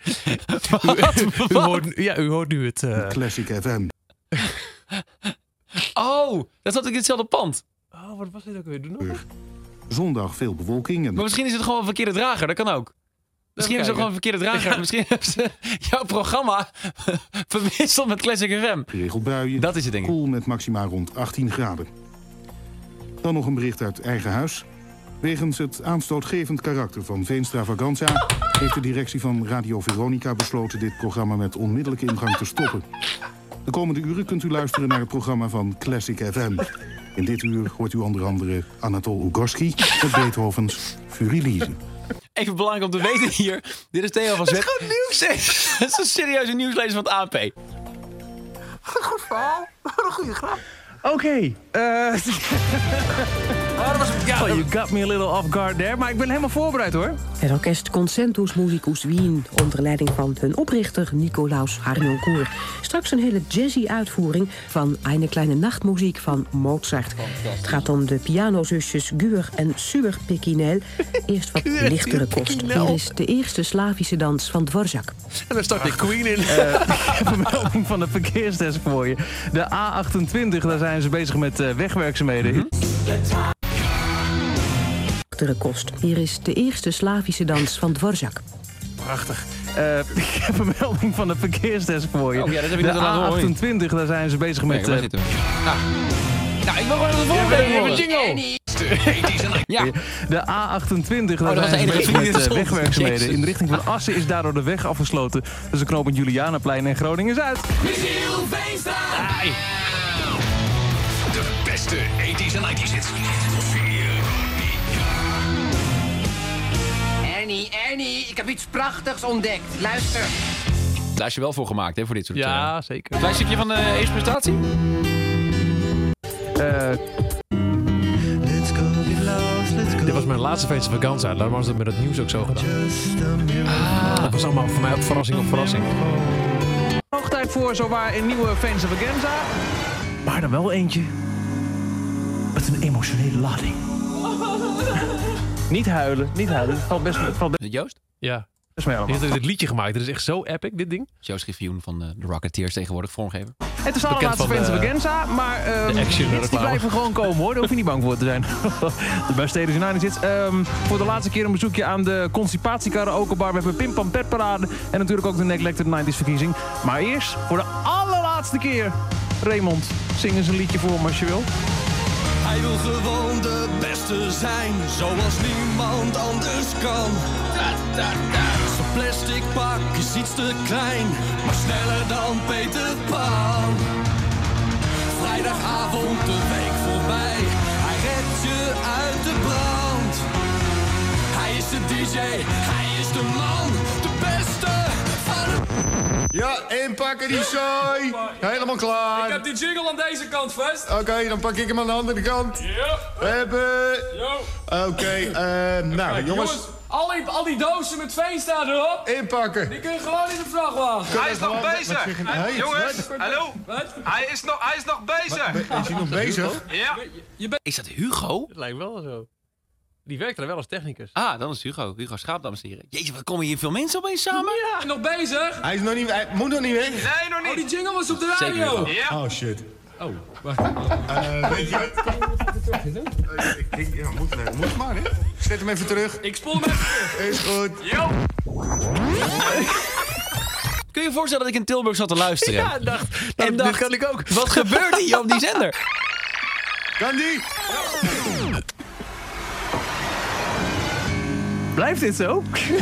U hoort nu het... Classic FM. Oh, dat had ik in hetzelfde pand. Oh, wat was dit ook weer? Doe nog eens. Zondag veel bewolking. En... Maar misschien is het gewoon een verkeerde drager, dat kan ook. Misschien hebben ze gewoon een verkeerde drager. Ja. Misschien hebben ze jouw programma verwisseld met Classic FM. Geregeld buien. Dat is het ding. Koel met maximaal rond 18 graden. Dan nog een bericht uit eigen huis. Wegens het aanstootgevend karakter van Veenstravaganza heeft de directie van Radio Veronica besloten dit programma met onmiddellijke ingang te stoppen. De komende uren kunt u luisteren naar het programma van Classic FM. In dit uur hoort u onder andere Anatol Ugorski met Beethovens Furilize. Even belangrijk om te weten hier. Dit is Theo van Zet. Het is goed nieuws. Het is een serieuze nieuwslezer van het AP. Goed verhaal. Wat een goede grap. Oké. You got me a little off guard there. Maar ik ben helemaal voorbereid hoor. Het orkest Concentus Musicus Wien onder leiding van hun oprichter Nicolaus Harnoncourt. Straks een hele jazzy uitvoering van Eine kleine nachtmuziek van Mozart. Het gaat om de pianozusjes Guur en Suur Pekinel. Eerst wat lichtere kost. Hier is de eerste Slavische dans van Dvorak. En dan start ik Queen in. Ik heb een melding van de verkeerstest voor je. De A28, daar zijn ze bezig met wegwerkzaamheden. Kost. Hier is de eerste Slavische dans van Dvorak. Prachtig. Ik heb een melding van de verkeerstest voor je. Oh ja, dat heb je net al laten horen. De A28, daar zijn ze bezig met... waar zitten we? Nou, ik wil gewoon de volgende even jingle. Ja. De A28, daar zijn ze bezig met wegwerkzaamheden. In de richting van Assen is daardoor de weg afgesloten. Dus de knooppunt Julianaplein en Groningen-Zuid. Michiel Veenstra! De beste 80s en 90s hits. Ernie, ik heb iets prachtigs ontdekt. Luister. Daar is je wel voor gemaakt, hè, voor dit soort... Ja, zeker. Een klein stukje van de eerste prestatie? Dit was mijn laatste feest van vakantie. Daarom was het met het nieuws ook zo gedaan. Dat was allemaal voor mij ook verrassing op verrassing. Hoog tijd voor zowaar een nieuwe Veenstravaganza. Maar dan wel eentje met een emotionele lading. Niet huilen. Het valt best... Joost? Ja. Best mee allemaal. Die heeft dit liedje gemaakt. Dit is echt zo epic, dit ding. Joost Griffioen van de Rocketeers tegenwoordig, vormgever. Het is de Bekend allerlaatste van de- Fenster maar de Action die reclame. blijven gewoon komen hoor. Daar hoef je niet bang voor te zijn. De Mercedes in zit. Voor de laatste keer een bezoekje aan de Constipatiekaraokebar. We hebben Pim Pam Pet Parade. En natuurlijk ook de Neglected 90s verkiezing. Maar eerst, voor de allerlaatste keer. Raymond, zing eens een liedje voor me als je wil. Hij wil gewoon de beste zijn, zoals niemand anders kan. Zijn plastic pak is iets te klein, maar sneller dan Peter Pan. Vrijdagavond, de week voorbij, hij redt je uit de brand. Hij is de DJ, hij is de man, de beste van het... Ja, inpakken die zooi. Helemaal klaar. Ik heb die jingle aan deze kant vast. Oké, dan pak ik hem aan de andere kant. Ja. Hebben. Yo. Oké, nou Kijk, jongens. Al die dozen met Veenstra erop. Inpakken. Die kun je gewoon in de vrachtwagen. Hij is nog bezig. Jongens, hallo. Wat? Hij is nog bezig. Is hij nog bezig? Ja. Is dat Hugo? Het lijkt wel zo. Die werkt er wel als technicus. Ah, dan is Hugo. Hugo Schaap, dames en heren. Jeetje, wat komen hier veel mensen opeens samen? Ja. Nog bezig? Hij is nog niet, hij moet nog niet weg. Nee, nog niet. Oh, die jingle was op de radio. Ja. Oh shit. Oh, wacht. Weet je wat? Moet maar, hè? Zet hem even terug. Ik spoel hem even terug. Is goed. Yo. Kun je je voorstellen dat ik in Tilburg zat te luisteren? Ja, dacht, kan ik ook. Wat gebeurt hier op die zender? Kan die? Blijft dit zo?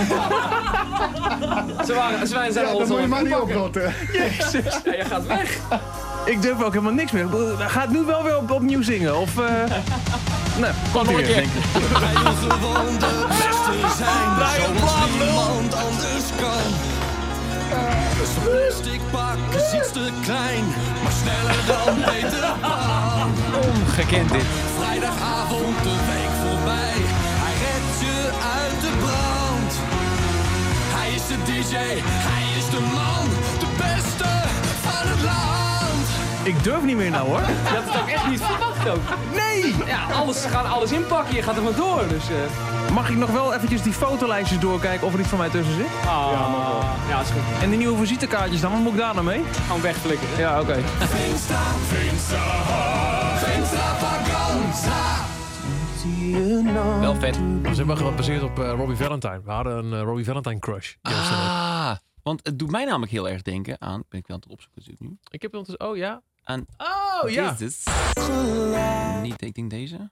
Ze zijn Ja, ons dan moet je al maar niet pakken. oprotten. Jezus. Ja, je gaat weg. Ik durf ook helemaal niks meer. Gaat nu wel weer opnieuw zingen? Of... Nou, komt nog een weer, keer. denk ik. Hij wil gewoon de beste zijn, zoals niemand anders kan. Zijn plastic pak is iets te klein, maar sneller dan Peter Pan. Ongekend dit. Vrijdagavond, de week voorbij, hij redt je uit de brand. Hij is de DJ, hij is de man, de beste van het land. Ik durf niet meer nou hoor. Je had het ook echt niet verwacht ook. Nee! Ja, gaan alles inpakken. Je gaat er maar door. Dus, Mag ik nog wel eventjes die fotolijstjes doorkijken of er iets van mij tussen zit? Ja, is goed. En die nieuwe visitekaartjes dan, wat moet ik daar nou mee? Gewoon wegflikken. Ja, oké. Veenstra, Veenstra Vacanza. Wel vet. We zijn wel gebaseerd op Robbie Valentine. We hadden een Robbie Valentine crush. Ah, want het doet mij namelijk heel erg denken aan... Ben ik wel aan het opzoeken natuurlijk nu. Ik heb ondertussen... Oh ja. Aan... Oh ja. Wat is dit? Niet, ik denk deze.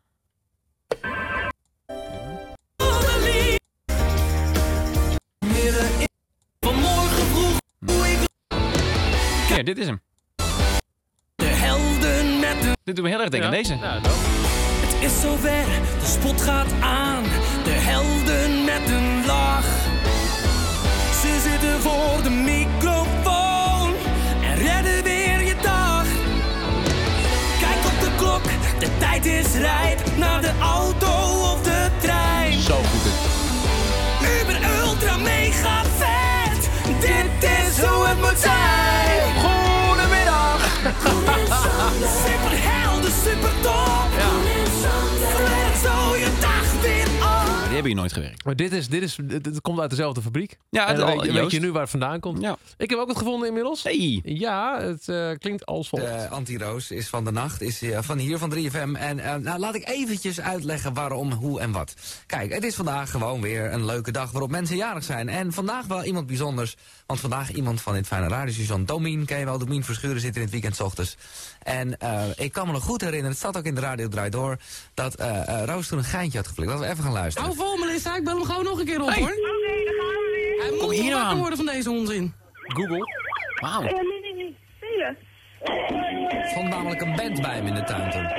Vanmorgen vroeg. Ja, dit is hem. De helden met de... Dit doet me heel erg denken aan deze. Ja, dat. Het is zover, de spot gaat aan. De helden met een lach. Ze zitten voor de microfoon en redden weer je dag. Kijk op de klok, de tijd is rijp. Naar de auto of de trein. Zo goed dit. Uber Ultra Mega Vet. Dit is hoe het moet zijn. Goedemiddag. Superhelden, supertop. Fred zo je dag weer op. Die hebben hier nooit gewerkt. Maar dit komt uit dezelfde fabriek. Ja, en dan weet je Joost. nu waar het vandaan komt. Ja. Ik heb ook wat gevonden inmiddels. Hey. Ja, het klinkt als volgt. Anti-Roos is van de nacht, is van hier, van 3FM. En nou, laat ik eventjes uitleggen waarom, hoe en wat. Kijk, het is vandaag gewoon weer een leuke dag waarop mensen jarig zijn. En vandaag wel iemand bijzonders. Want vandaag iemand van dit fijne radiostation, Domien, ken je wel, Domien Verschuren zit in het weekend 's ochtends. En ik kan me nog goed herinneren, het staat ook in de radio Draai Door, dat Roos toen een geintje had geflikt. Laten we even gaan luisteren. Hou vol, Melissa. Ik bel hem gewoon nog een keer op, hoor. Oké, dan gaan we weer. Hij moet hier wel wakker aan. worden van deze onzin. Google. Wauw. Nee. Spelen. Er stond namelijk een band bij hem in de tuin toen.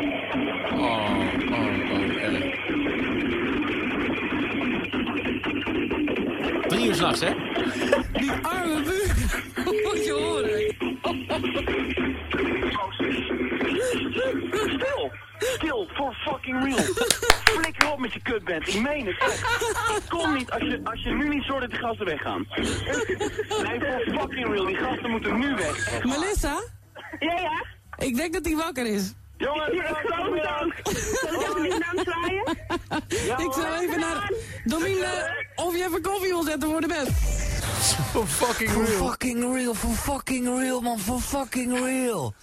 Erg. 3 uur 's nachts, hè? Die arme buur. Moet je horen. Stil, for fucking real. Flikker op met je kutband, ik meen het echt. Ik kom niet als je nu niet zorgt dat die gasten weggaan. Nee, for fucking real, die gasten moeten nu weg. Melissa? Ja. Ik denk dat hij wakker is. Jongens, Ik geloof het ook. Zal ik even niet aan zwaaien? Ik zal even naar... Domien, of je even koffie wil zetten voor de bed. For fucking real. For fucking real, for fucking real, man. For fucking real.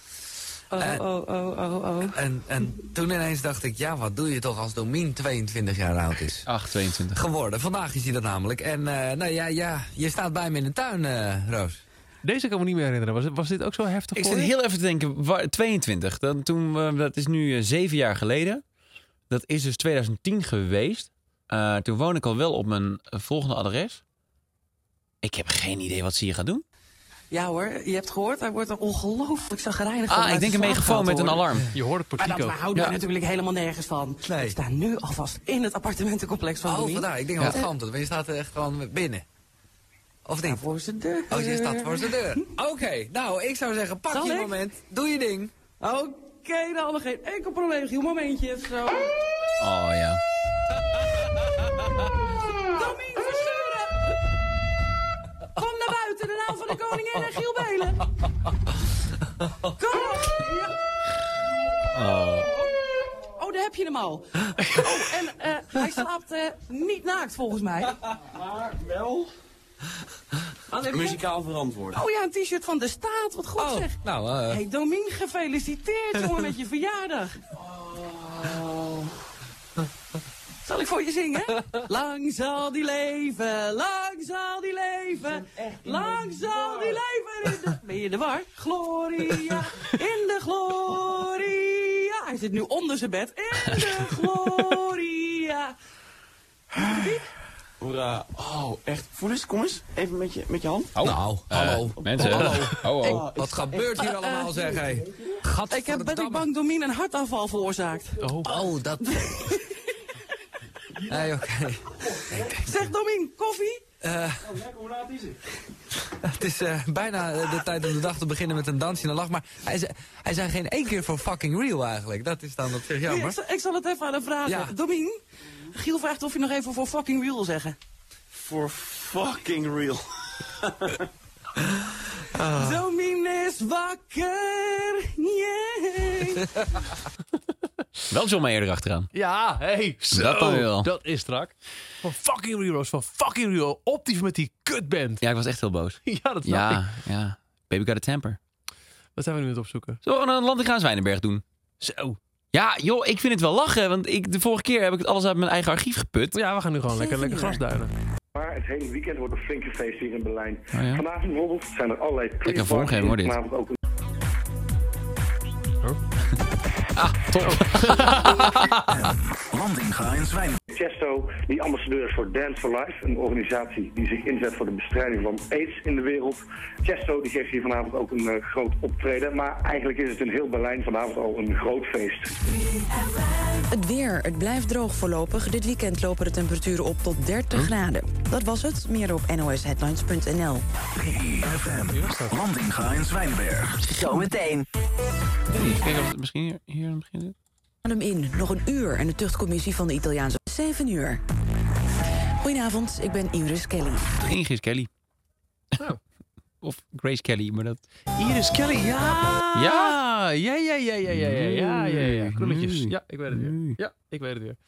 En toen ineens dacht ik, ja, wat doe je toch als Domien 22 jaar oud is? 22. Geworden. Vandaag is hij dat namelijk. En je staat bij me in de tuin, Roos. Deze kan me niet meer herinneren. Was dit ook zo heftig Ik voor zit je? heel even te denken, 22. Dat is nu 7 jaar geleden. Dat is dus 2010 geweest. Toen woon ik al wel op mijn volgende adres. Ik heb geen idee wat ze hier gaat doen. Ja hoor, je hebt gehoord, hij wordt er ongelooflijk zagrijnig van. Ik denk een megafoon met een alarm. Je hoort het Maar portico. dat houden we natuurlijk helemaal nergens van. Nee. Ik sta nu alvast in het appartementencomplex van Domien. Vandaar. Ik denk dat het galmt. Want je staat er echt gewoon binnen. Of niet? Voor zijn deur. Oh, je staat voor zijn deur. Oké, nou, ik zou zeggen, pak je moment. Doe je ding. Oké, dan geen enkel probleem. Giel, momentje. Zo. Oh ja. Domien Verschuren! Kom naar buiten, de naam van de koningin en Giel Belen. Kom! Ja. Oh, daar heb je hem al. Oh, en hij slaapt niet naakt volgens mij. Maar wel muzikaal verantwoord. Oh ja, een t-shirt van de staat. Wat goed zeg. Nou, Hey Domien, gefeliciteerd jongen met je verjaardag. Zal ik voor je zingen? Lang zal die leven, lang zal die leven, lang zal die leven. Ben je in de war? Gloria, in de gloria. Hij zit nu onder zijn bed. In de gloria. Hoera. Oh, echt. Voel eens, kom eens. Even met je hand. Hallo. Mensen. Hallo. Wat gebeurt hier allemaal, zeg hé? Ik heb, ben ik bang, Domien, een hartaanval veroorzaakt. Oh, dat... Nee, oké. Zeg Domien, koffie? Hoe laat is het? Het is bijna de tijd om de dag te beginnen met een dansje en een lach. Maar hij zei geen één keer voor fucking real eigenlijk. Dat is dan op zich jammer. Ik zal het even aan hem vragen. Ja. Domien, Giel vraagt of je nog even voor fucking real wil zeggen. For fucking real. Domien is wakker. Yeah. Wel John Mayer erachteraan. Ja, hey, zo. Dat dan wel. Dat is strak. Van fucking real, Roos. Van fucking real. Optief met die kutband. Ja, ik was echt heel boos. Ja, dat snap ik. Ja. Baby got a temper. Wat zijn we nu aan het opzoeken? Zullen we een Lantinga Zwijnenberg doen? Zo. Ja, joh, ik vind het wel lachen. Want de vorige keer heb ik het alles uit mijn eigen archief geput. Ja, we gaan nu gewoon lekker grasduinen. Maar het hele weekend wordt een flinke feest hier in Berlijn. Oh ja? Vanavond bijvoorbeeld zijn er allerlei Lekker vormgeving hoor dit. Vanavond ook top. Landinga in Zwijnen. Chesto, die ambassadeur is voor Dance for Life, een organisatie die zich inzet voor de bestrijding van AIDS in de wereld. Chesto die geeft hier vanavond ook een groot optreden, maar eigenlijk is het in heel Berlijn vanavond al een groot feest. Het weer. Het blijft droog voorlopig. Dit weekend lopen de temperaturen op tot 30 graden. Dat was het. Meer op nosheadlines.nl. 3FM. Landinga in Zwijnenberg. Zometeen. Even kijken of het misschien hier aan het begin zit. Hem in. Nog een uur en de tuchtcommissie van de Italiaanse 7 uur. Goedenavond, ik ben Iris Kelly. Ingrid Kelly. Oh. Of Grace Kelly, maar dat... Iris Kelly, ja! Ja? Ja. Krulletjes. Ja, ik weet het weer. Ja, ik weet het weer.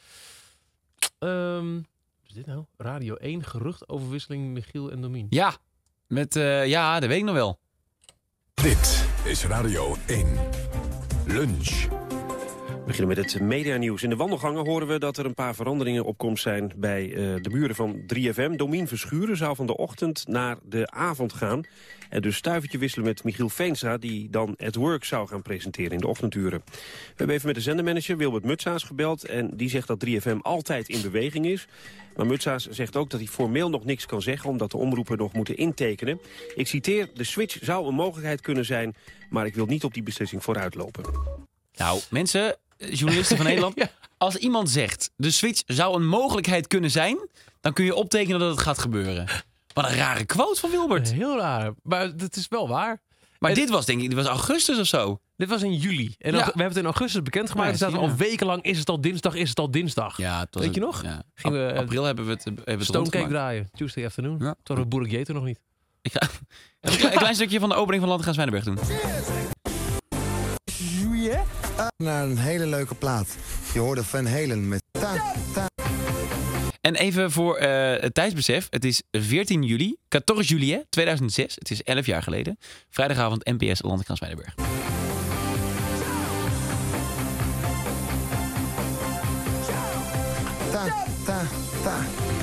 Wat is dit nou? Radio 1, gerucht over wisseling Michiel en Domien. Ja, met, dat weet ik nog wel. Dit is Radio 1. Lunch. We beginnen met het medianieuws. In de wandelgangen horen we dat er een paar veranderingen op komst zijn bij de buren van 3FM. Domien Verschuren zou van de ochtend naar de avond gaan. En dus stuivertje wisselen met Michiel Veenstra, die dan at work zou gaan presenteren in de ochtenduren. We hebben even met de zendermanager Wilbert Mutsaas gebeld. En die zegt dat 3FM altijd in beweging is. Maar Mutsaas zegt ook dat hij formeel nog niks kan zeggen, omdat de omroepen nog moeten intekenen. Ik citeer, de switch zou een mogelijkheid kunnen zijn, maar ik wil niet op die beslissing vooruitlopen. Nou, mensen, journalisten van Nederland, ja. Als iemand zegt, de switch zou een mogelijkheid kunnen zijn, dan kun je optekenen dat het gaat gebeuren. Wat een rare quote van Wilbert. Heel raar, maar het is wel waar. Maar dit was, denk ik, dit was augustus of zo. Dit was in juli. En we hebben het in augustus bekendgemaakt. Ja, er staat al wekenlang, is het al dinsdag. Ja, het was weet je nog? Ja. Gingen we april hebben we het Stonecake draaien. Tuesday afternoon. Ja. Toen hadden we Boerik Jeter nog niet. Ik ga een klein stukje van de opening van Landinga Zwijnenberg doen. Naar een hele leuke plaat. Je hoorde Van Halen met En even voor het tijdsbesef. Het is 14 juli, 14 juli 2006. Het is 11 jaar geleden. Vrijdagavond NPS Landkrans Zwijnenberg. Ta.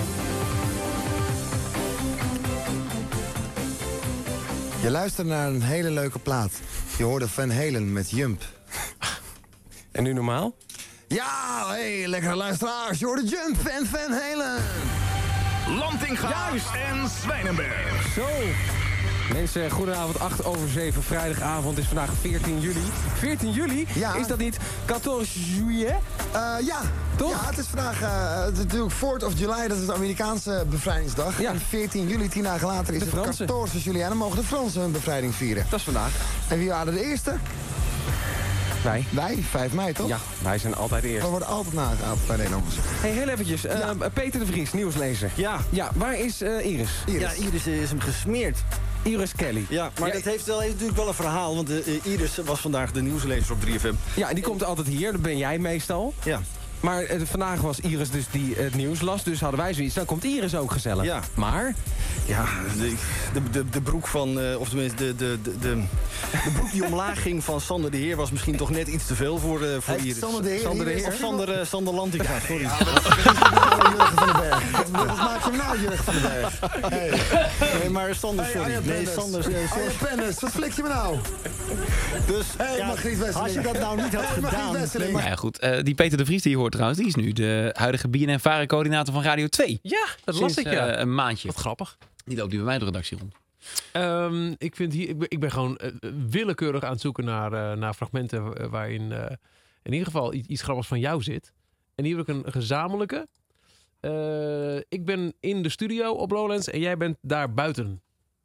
Je luistert naar een hele leuke plaat. Je hoorde Van Halen met Jump. En nu normaal? Ja, hey, lekkere luisteraars. Je hoorde Jump en Van Halen. Lantinga en Zwijnenberg. Zo. Mensen, goedenavond, 7:08, vrijdagavond is vandaag 14 juli. 14 juli? Ja. Is dat niet 14 juillet? Ja. Toch? Ja, het is vandaag het is natuurlijk 4th of July, dat is de Amerikaanse bevrijdingsdag. Ja. En 14 juli, 10 dagen later, is het 14 juli. En dan mogen de Fransen hun bevrijding vieren. Dat is vandaag. En wie waren de eerste? Wij, 5 mei, toch? Ja, wij zijn altijd eerst. We worden altijd nagehaald bij Nederlanders. Hey, heel eventjes. Peter de Vries, nieuwslezer. Ja. Ja, waar is Iris? Ja, Iris is hem gesmeerd. Iris Kelly. Ja, maar dat heeft natuurlijk wel een verhaal. Want Iris was vandaag de nieuwslezer op 3FM. Ja, en die komt altijd hier. Dat ben jij meestal. Ja. Maar vandaag was Iris dus die het nieuws las. Dus hadden wij zoiets. Dan komt Iris ook gezellig. Ja. Maar? Ja, de broek van... of tenminste, de broek die omlaag ging van Sander de Heer... was misschien toch net iets te veel voor Iris. Sander de Heer? Of Sander Lantinga, sorry. Ja, dat is Jurgen van den Berg. Dat maakt je nou, Jurgen van den Berg. Hey. Nee, maar Sander, sorry. Nee, Sander, sorry. Pennis, wat flik je me nou? Dus, Margriet Wesseling. als je dat nou niet had gedaan... Nou ja, goed. Die Peter de Vries die je hoort trouwens, die is nu de huidige BNN-Vara-coördinator van Radio 2. Ja, dat las ik, ja. Een maandje. Wat grappig. Die loopt nu bij mij de redactie rond. Ik ben gewoon willekeurig aan het zoeken naar fragmenten waarin in ieder geval iets grappigs van jou zit. En hier heb ik een gezamenlijke. Ik ben in de studio op Lowlands en jij bent daar buiten.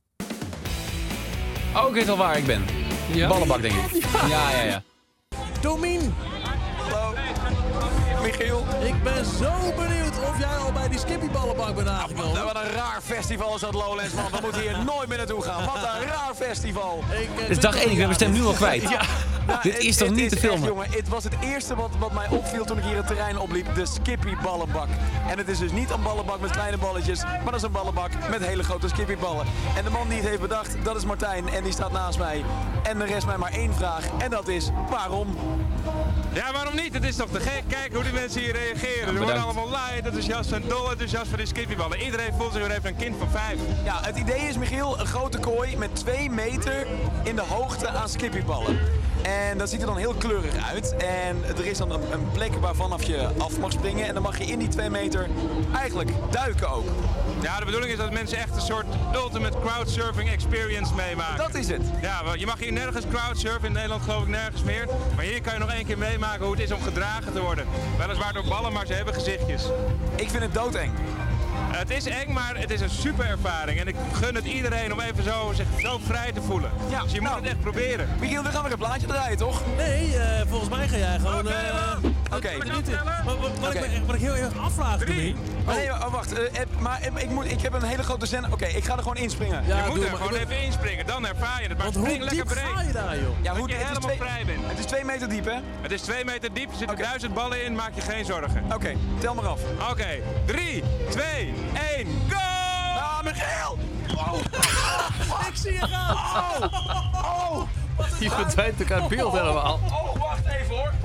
Oh, ik weet al waar ik ben. Ja? Ballenbak, denk ik. Ja. Domien! Hallo. Michiel. Ik ben zo benieuwd of jij al bij die Skippy-ballenbak bent aangekomen. Wat een raar festival is dat Lowlands, man. We moeten hier nooit meer naartoe gaan. Wat een raar festival. Het is dag 1, ik ben mijn stem nu al kwijt. Ja. Nou, dit is toch niet te filmen? Echt, jongen, het was het eerste wat mij opviel toen ik hier het terrein opliep. De Skippy-ballenbak. En het is dus niet een ballenbak met kleine balletjes, maar dat is een ballenbak met hele grote Skippy-ballen. En de man die het heeft bedacht, dat is Martijn. En die staat naast mij. En er rest mij maar één vraag. En dat is, waarom? Ja, waarom niet? Het is toch te gek. Kijk hoe die mensen hier reageren. Ze worden allemaal lui, enthousiast en dol enthousiast voor die skippyballen. Iedereen voelt zich weer even een kind van 5. Ja, het idee is, Michiel, een grote kooi met 2 meter in de hoogte aan skippyballen. En dat ziet er dan heel kleurig uit. En er is dan een plek waarvanaf je af mag springen. En dan mag je in die 2 meter eigenlijk duiken ook. Ja, de bedoeling is dat mensen echt een soort ultimate crowdsurfing experience meemaken. Dat is het. Ja, je mag hier nergens crowdsurfen. In Nederland geloof ik nergens meer. Maar hier kan je nog 1 keer meemaken hoe het is om gedragen te worden. Weliswaar door ballen, maar ze hebben gezichtjes. Ik vind het doodeng. Het is eng, maar het is een super ervaring. En ik gun het iedereen om even zich zo vrij te voelen. Ja, dus je moet het echt proberen. Michiel, we gaan weer een plaatje draaien, toch? Nee, volgens mij ga jij gewoon... Oké. Wat ik heel erg afvraag, 3. Nee, wacht. Ik heb een hele grote zender. Oké, ik ga er gewoon inspringen. Ja, je moet er gewoon even inspringen. Dan ervaar je het. Maar hoe diep ga je daar, joh? Ja, hoe je helemaal vrij bent. Het is 2 meter diep, hè? Het is 2 meter diep. Er zitten 1000 ballen in. Maak je geen zorgen. Oké, tel maar af. Oké, 3, 2, 1, go! Ah, Michiel! Oh. Ik zie je gaan! Oh! Die verdwijnt ook uit beeld helemaal. Oh, wacht even hoor.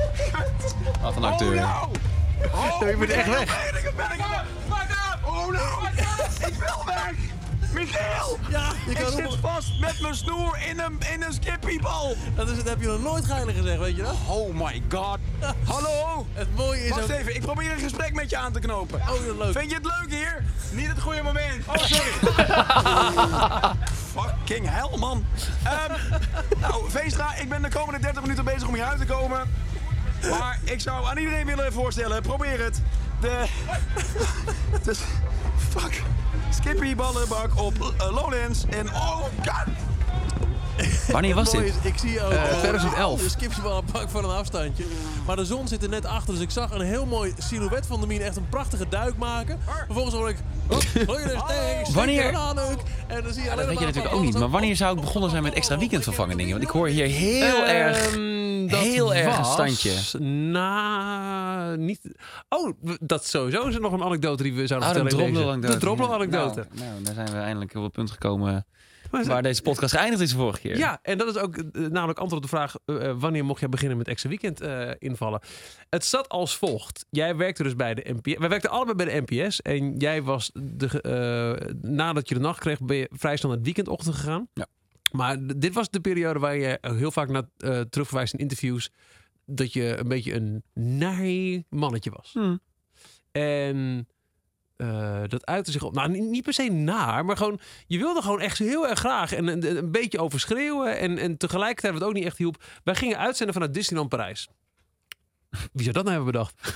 Wat een acteur. Je bent echt weg. Oh no! Ik wil weg! Michiel! Ja, ik zit vast met mijn snoer in een skippybal. Dat heb je nog nooit geilig gezegd, weet je dat? Oh my god. Hallo? Het mooie is Wacht ook... even, ik probeer een gesprek met je aan te knopen. Oh, dat leuk. Vind je het leuk hier? Niet het goede moment. Oh, sorry. Fucking hell, man. Nou, Veenstra, ik ben de komende 30 minuten bezig om hier uit te komen. Maar ik zou aan iedereen willen voorstellen, probeer het. Fuck. Skippy ballenbak op Lowlands. En oh god. Wanneer was dit? Ik zie ook 2011. de skipsballenbak van een afstandje. Maar de zon zit er net achter, dus ik zag een heel mooi silhouet van de mine. Echt een prachtige duik maken. Vervolgens hoor ik... Wanneer? En dan zie je dat weet je natuurlijk ook niet. Maar wanneer zou ik begonnen zijn met extra weekendvervangingen? Want ik hoor hier heel erg... En dat heel erg een was standje. Niet... Oh, dat sowieso is er nog een anecdote die we zouden vertellen. De droplul-anecdote. Nou, daar zijn we eindelijk op het punt gekomen waar deze podcast geëindigd is de vorige keer. Ja, en dat is ook namelijk antwoord op de vraag... wanneer mocht jij beginnen met Extra Weekend invallen? Het zat als volgt. Jij werkte dus bij de NPS. Wij werkten allebei bij de NPS. En jij was, nadat je de nacht kreeg... ben je vrij snel naar het weekendochtend gegaan. Ja. Maar dit was de periode waar je heel vaak naar terugverwijst in interviews... dat je een beetje een naai mannetje was. En... dat uitte zich op. Nou, niet per se naar, maar gewoon... Je wilde gewoon echt heel erg graag. En een beetje overschreeuwen. En tegelijkertijd, wat ook niet echt hielp... Wij gingen uitzenden vanuit Disneyland Parijs. Wie zou dat nou hebben bedacht?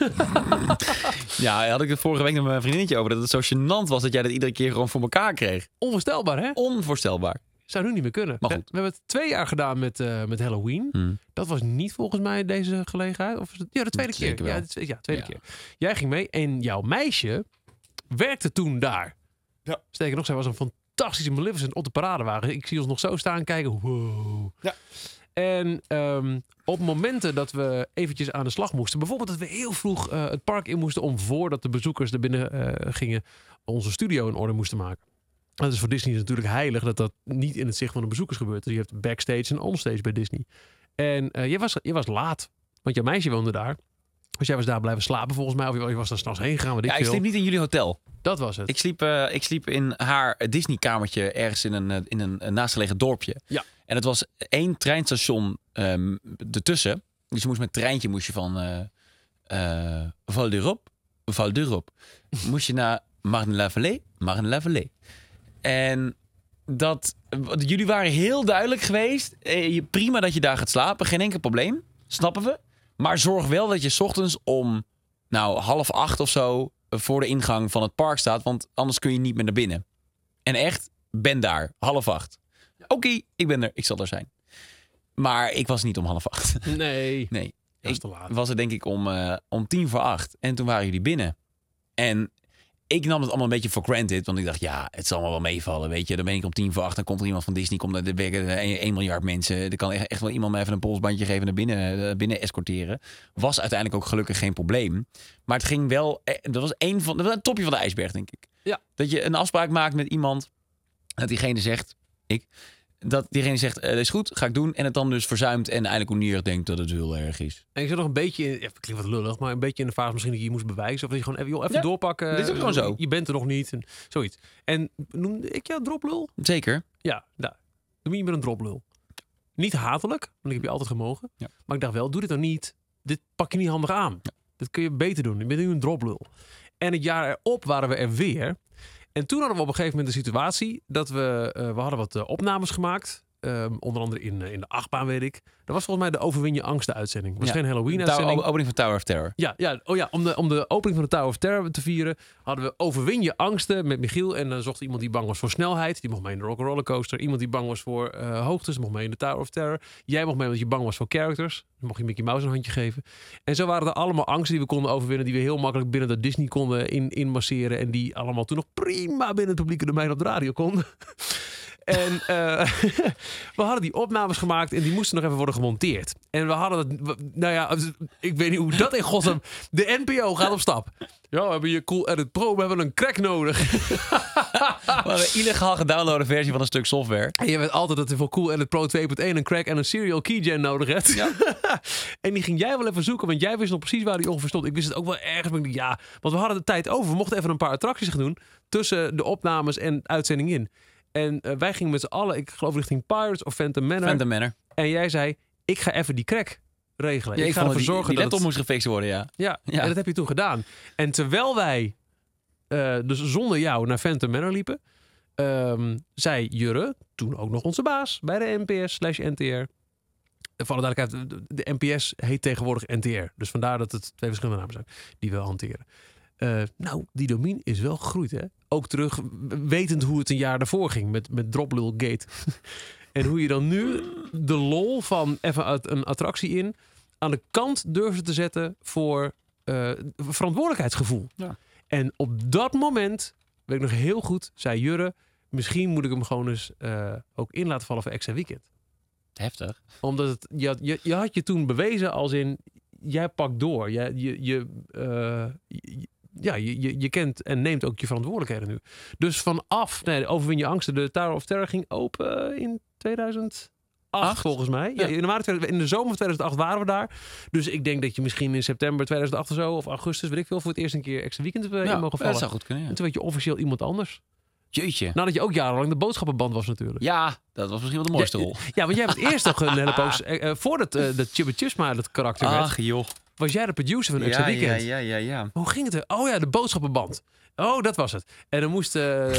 Ja, had ik het vorige week nog met mijn vriendinnetje over... dat het zo gênant was dat jij dat iedere keer gewoon voor elkaar kreeg. Onvoorstelbaar, hè? Onvoorstelbaar. Zou nu niet meer kunnen. Maar goed. We hebben het 2 jaar gedaan met Halloween. Dat was niet volgens mij deze gelegenheid. Of ja, de tweede keer. Tweede keer. Jij ging mee en jouw meisje... werkte toen daar. Ja. Sterker nog, zij was een fantastische Maleficent op de paradewagen. Ik zie ons nog zo staan kijken. Wow. Ja. En op momenten dat we eventjes aan de slag moesten... bijvoorbeeld dat we heel vroeg het park in moesten... om voordat de bezoekers er binnen gingen... onze studio in orde moesten maken. Dat is voor Disney natuurlijk heilig... dat niet in het zicht van de bezoekers gebeurt. Dus je hebt backstage en onstage bij Disney. En je was laat. Want jouw meisje woonde daar... Dus jij was daar blijven slapen volgens mij. Of je was daar 's nachts heen gegaan. Ik sliep niet in jullie hotel. Dat was het. Ik sliep in haar Disney-kamertje ergens in een naastgelegen dorpje. Ja. En het was 1 treinstation ertussen. Dus je moest met het treintje van Val d'Europe. moest je naar Marne-la-Vallée. En jullie waren heel duidelijk geweest. Prima dat je daar gaat slapen. Geen enkel probleem. Snappen we. Maar zorg wel dat je 's ochtends om 7:30 of zo voor de ingang van het park staat. Want anders kun je niet meer naar binnen. En echt, ben daar. 7:30. Oké, ik ben er. Ik zal er zijn. Maar ik was niet om 7:30. Nee. Ik was er denk ik om 7:50. En toen waren jullie binnen. En ik nam het allemaal een beetje for granted. Want ik dacht, ja, het zal allemaal wel meevallen. Weet je, dan ben ik om 7:50. Dan komt er iemand van Disney. Er werken 1 miljard mensen. Er kan echt wel iemand me even een polsbandje geven. Naar binnen escorteren. Was uiteindelijk ook gelukkig geen probleem. Maar het ging wel... Dat was het topje van de ijsberg, denk ik. Ja. Dat je een afspraak maakt met iemand. Dat diegene zegt... Dat diegene zegt, dat is goed, ga ik doen. En het dan dus verzuimt en eigenlijk ook niet denkt dat het heel erg is. En ik zit nog een beetje, klinkt wat lullig, maar een beetje in de fase misschien dat je moest bewijzen. Of dat je gewoon even doorpakken. Dit is ook gewoon zo. Je bent er nog niet. En zoiets. En noemde ik jou droplul? Zeker. Ja, noem je me een droplul. Niet hatelijk, want ik heb je altijd gemogen. Ja. Maar ik dacht wel, doe dit dan niet. Dit pak je niet handig aan. Ja. Dat kun je beter doen. Je bent nu een droplul. En het jaar erop waren we er weer. En toen hadden we op een gegeven moment de situatie dat we hadden wat opnames gemaakt. Onder andere in de achtbaan, weet ik. Dat was volgens mij de Overwin je angst uitzending. Het was geen Halloween-uitzending. Opening van Tower of Terror. Om de opening van de Tower of Terror te vieren... hadden we Overwin je angsten met Michiel. En dan zocht iemand die bang was voor snelheid. Die mocht mee in de Rock'n'Roller Coaster. Iemand die bang was voor hoogtes. Mocht mee in de Tower of Terror. Jij mocht mee omdat je bang was voor characters. Dan mocht je Mickey Mouse een handje geven. En zo waren er allemaal angsten die we konden overwinnen. Die we heel makkelijk binnen de Disney konden inmasseren. En die allemaal toen nog prima binnen het publieke domein op de radio konden. En we hadden die opnames gemaakt en die moesten nog even worden gemonteerd. En we hadden het, ik weet niet hoe dat in godsnaam... De NPO gaat op stap. Ja, we hebben hier Cool Edit Pro, we hebben een crack nodig. We hebben een illegaal gedownloade versie van een stuk software. En je weet altijd dat je voor Cool Edit Pro 2.1 een crack en een serial keygen nodig hebt. Ja. En die ging jij wel even zoeken, want jij wist nog precies waar die ongeveer stond. Ik wist het ook wel ergens, maar ik dacht, want we hadden de tijd over. We mochten even een paar attracties gaan doen tussen de opnames en uitzending in. En wij gingen met z'n allen, ik geloof richting Pirates of Phantom Manor. En jij zei, ik ga even die crack regelen. Ja, ik ga ervoor zorgen die laptop moest gefixt worden, ja, en dat heb je toen gedaan. En terwijl wij dus zonder jou naar Phantom Manor liepen... zei Jurre, toen ook nog onze baas bij de NPS/NTR... Voor alle duidelijkheid, de NPS heet tegenwoordig NTR. Dus vandaar dat het 2 verschillende namen zijn die we hanteren. Die domein is wel gegroeid, hè? Ook terug, wetend hoe het een jaar daarvoor ging met Droplul Gate. En hoe je dan nu de lol van even een attractie in... aan de kant durfde te zetten voor verantwoordelijkheidsgevoel. Ja. En op dat moment, weet ik nog heel goed, zei Jurre... misschien moet ik hem gewoon eens ook in laten vallen voor Extra Weekend. Heftig. Omdat je had je toen bewezen als in... Jij pakt door. Je kent en neemt ook je verantwoordelijkheden nu. Dus Overwin je angsten. De Tower of Terror ging open in 2008 volgens mij. Ja. In de zomer van 2008 waren we daar. Dus ik denk dat je misschien in september 2008 of zo... of augustus, weet ik veel, voor het eerst een keer extra weekend in mogen vallen. Dat zou goed kunnen, ja. En toen werd je officieel iemand anders. Jeetje. Nadat je ook jarenlang de boodschappenband was natuurlijk. Ja, dat was misschien wel de mooiste rol. Ja, want jij hebt eerst nog een hele poos... voordat dat Chibba Chisma dat karakter werd... Ach joh. Was jij de producer van Extra Weekend? Ja. Hoe ging het? Oh ja, de boodschappenband. Oh, dat was het. En dan moest...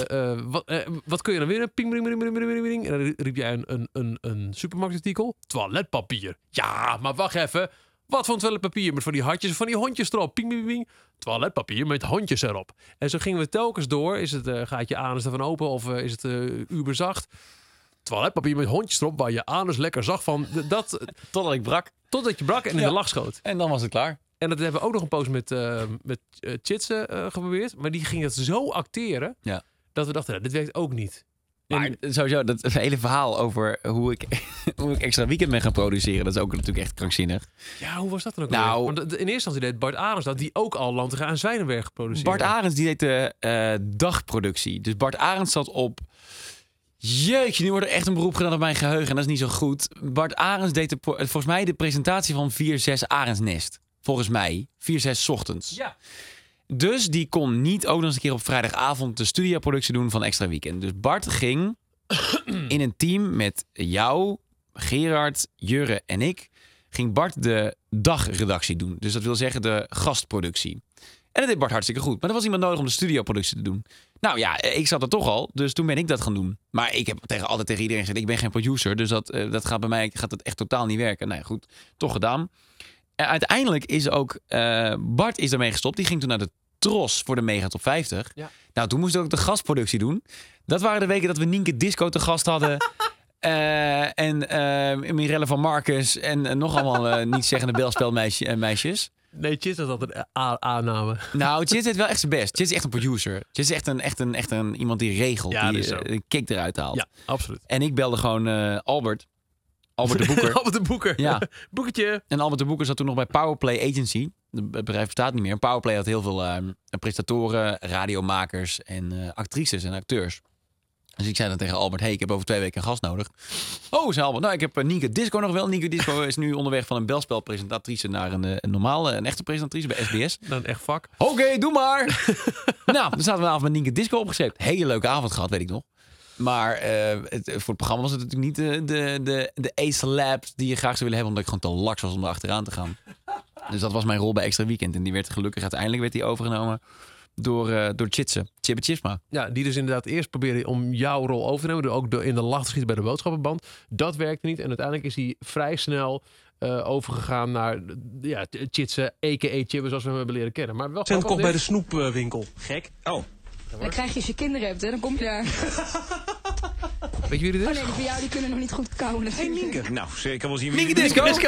wat kun je dan winnen? Ping, ping, ping, ping, ping. En dan riep jij een supermarktartikel. Toiletpapier. Ja, maar wacht even. Wat voor toiletpapier? Met van die hartjes of van die hondjes erop. Ping, ping, ping. Toiletpapier met hondjes erop. En zo gingen we telkens door. Is het gaat je anus ervan open of is het uberzacht? Toiletpapier met hondjes erop waar je anus lekker zacht van. Totdat ik brak. Totdat je brak en in de lach schoot. En dan was het klaar. En dat hebben we ook nog een poos met Chitsen geprobeerd. Maar die ging het zo acteren dat we dachten, dit werkt ook niet. Maar sowieso, dat hele verhaal over hoe ik Extra Weekend ben gaan produceren, dat is ook natuurlijk echt krankzinnig. Ja, hoe was dat dan ook? Nou, want in eerste instantie deed Bart Arends dat, die ook al Lantinga en Zwijnenberg geproduceerd. Bart Arends die deed de dagproductie. Dus Bart Arends zat op... Jeetje, nu wordt er echt een beroep gedaan op mijn geheugen. En dat is niet zo goed. Bart Arends deed volgens mij de presentatie van 4-6 Arendsnest. Volgens mij. 4-6 ochtends. Ja. Dus die kon niet ook nog eens een keer op vrijdagavond de studioproductie doen van Extra Weekend. Dus Bart ging in een team met jou, Gerard, Jurre en ik... ging Bart de dagredactie doen. Dus dat wil zeggen de gastproductie. En dat deed Bart hartstikke goed. Maar er was iemand nodig om de studioproductie te doen. Nou ja, ik zat er toch al. Dus toen ben ik dat gaan doen. Maar ik heb altijd tegen iedereen gezegd... ik ben geen producer. Dus dat gaat bij mij echt totaal niet werken. Nou ja, goed, toch gedaan. En uiteindelijk is ook... Bart is ermee gestopt. Die ging toen naar de Tros voor de Mega Top 50. Ja. Nou, toen moest ik ook de gastproductie doen. Dat waren de weken dat we Nienke Disco te gast hadden... en Mirelle van Marcus... en nog allemaal niet-zeggende belspelmeisjes... Nee, Chit had altijd een aanname. Nou, Chit heeft wel echt zijn best. Chit is echt een producer. Chit is echt een iemand die regelt. Ja, die kick eruit haalt. Ja, absoluut. En ik belde gewoon Albert de Boeker. Albert de Boeker. Ja. Boekertje. En Albert de Boeker zat toen nog bij Powerplay Agency. Het bedrijf bestaat niet meer. Powerplay had heel veel presentatoren, radiomakers en actrices en acteurs. Dus ik zei dan tegen Albert, ik heb over 2 weken een gast nodig. Oh, zei Albert, nou ik heb Nienke Disco nog wel. Nienke Disco is nu onderweg van een belspelpresentatrice naar een echte presentatrice bij SBS. Dan een echt vak. Oké, doe maar. Nou, dan zaten we avond met Nienke Disco opgezet. Hele leuke avond gehad, weet ik nog. Maar voor het programma was het natuurlijk niet de Ace Lab die je graag zou willen hebben, omdat ik gewoon te laks was om er achteraan te gaan. Dus dat was mijn rol bij Extra Weekend. En die werd gelukkig uiteindelijk overgenomen door Chibba Chisma. Ja, die dus inderdaad eerst probeerde om jouw rol over te nemen. Ook in de lach te schieten bij de boodschappenband. Dat werkte niet. En uiteindelijk is hij vrij snel overgegaan naar Chitsen, a.k.a. Chibba, zoals we hem hebben leren kennen. Maar wel Zendkop bij de snoepwinkel. Gek. Oh. Dan krijg je als je kinderen hebt, hè? Dan kom je daar. Weet je wie dit is? Oh nee, die van jou die kunnen nog niet goed kauwen. Hey Nienke. Nou, zeker wel zien we Nienke Disco. Nee!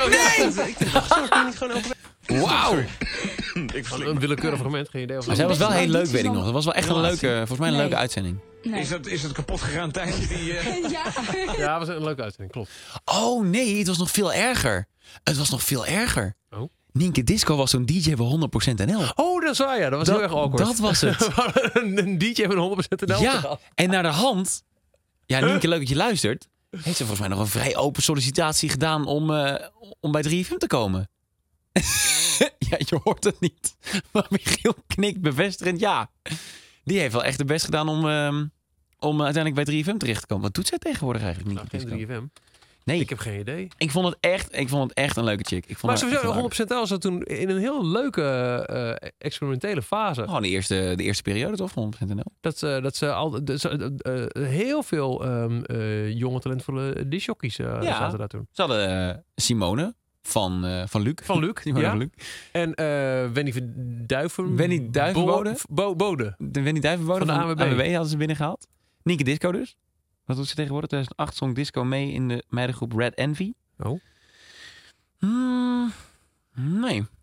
Wauw. Een willekeurig fragment, geen idee of... Maar zij was wel heel leuk, weet ik nog. Dat was wel echt een leuke, volgens mij een leuke uitzending. Nee. Is dat kapot gegaan tijdens die... Ja. Ja, het was een leuke uitzending, klopt. Oh nee, het was nog veel erger. Oh? Nienke Disco was zo'n DJ van 100% NL. Oh, dat is waar, ja. Dat was heel erg awkward. Dat was het. Een DJ van 100% NL. Ja, en naar de hand... Ja, Nienke, leuk dat je luistert. Heeft ze volgens mij nog een vrij open sollicitatie gedaan om bij 3FM te komen. Ja, je hoort het niet. Maar Michiel knikt bevestigend ja. Die heeft wel echt de best gedaan om uiteindelijk bij 3FM terecht te komen. Wat doet zij tegenwoordig eigenlijk? Nou, geen 3FM. Nee. Ik heb geen idee. Ik vond het echt een leuke chick. Maar sowieso 100% L zat toen in een heel leuke experimentele fase. Gewoon de eerste periode toch van 100% NL? Dat ze heel veel jonge talentvolle discjockeys zaten daar toen. Ze hadden Simone van Luc. Van Luc, ja. Van Luc. En Wendy Duivenbode. De Wendy Duivenbode van de ANWB hadden ze binnengehaald. Nienke Disco dus. Wat doet ze tegenwoordig? 2008 zong Disco mee in de meidengroep Red Envy. Oh. Nee.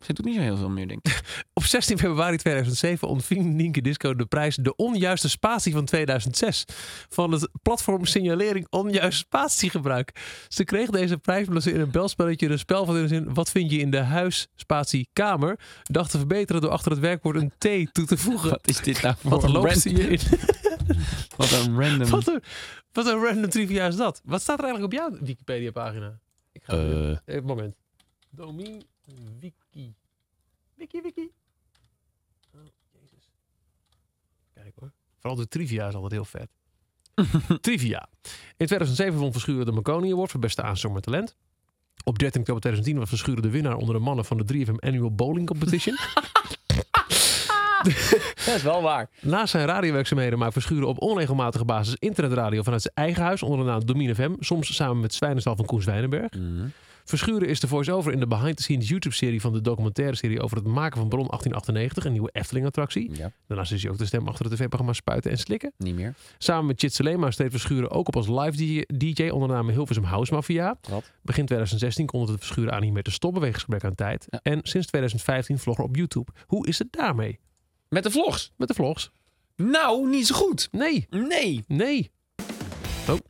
Ze doet niet zo heel veel meer, denk ik. Op 16 februari 2007 ontving Nienke Disco de prijs De Onjuiste Spatie van 2006. Van het platform Signalering Onjuist Spatiegebruik. Ze kreeg deze prijs omdat ze in een belspelletje een spel van in de zin wat vind je in de huis, spatie, kamer, dacht te verbeteren door achter het werkwoord een T toe te voegen. Wat is dit nou voor Wat loopt ze je in? Wat een random... Wat een random trivia is dat. Wat staat er eigenlijk op jouw Wikipedia-pagina? Ik ga even moment. Domien Wiki. Wiki. Oh, jezus. Kijk hoor. Vooral de trivia is altijd heel vet. Trivia. In 2007 won Verschuren de Marconi Award voor beste aanzomer talent. Op 13 oktober 2010 was Verschuren de winnaar onder de mannen van de 3FM Annual Bowling Competition. Dat is wel waar. Naast zijn radiowerkzaamheden maakt Verschuren op onregelmatige basis internetradio vanuit zijn eigen huis onder de naam Domien FM. Soms samen met Zwijnenstal van Koen Zwijnenberg. Verschuren is de voice-over in de behind-the-scenes YouTube-serie van de documentaire serie over het maken van Bron 1898, een nieuwe Efteling-attractie. Ja. Daarnaast is hij ook de stem achter het tv-programma Spuiten en Slikken. Niet meer. Samen met Chit Selema treedt Verschuren ook op als live DJ onder de naam Hilversum House Mafia. Begin 2016 kondigde het Verschuren aan niet meer te stoppen wegens gebrek aan tijd. Ja. En sinds 2015 vlogger op YouTube. Hoe is het daarmee? Met de vlogs? Met de vlogs. Nou, niet zo goed. Nee. Oh.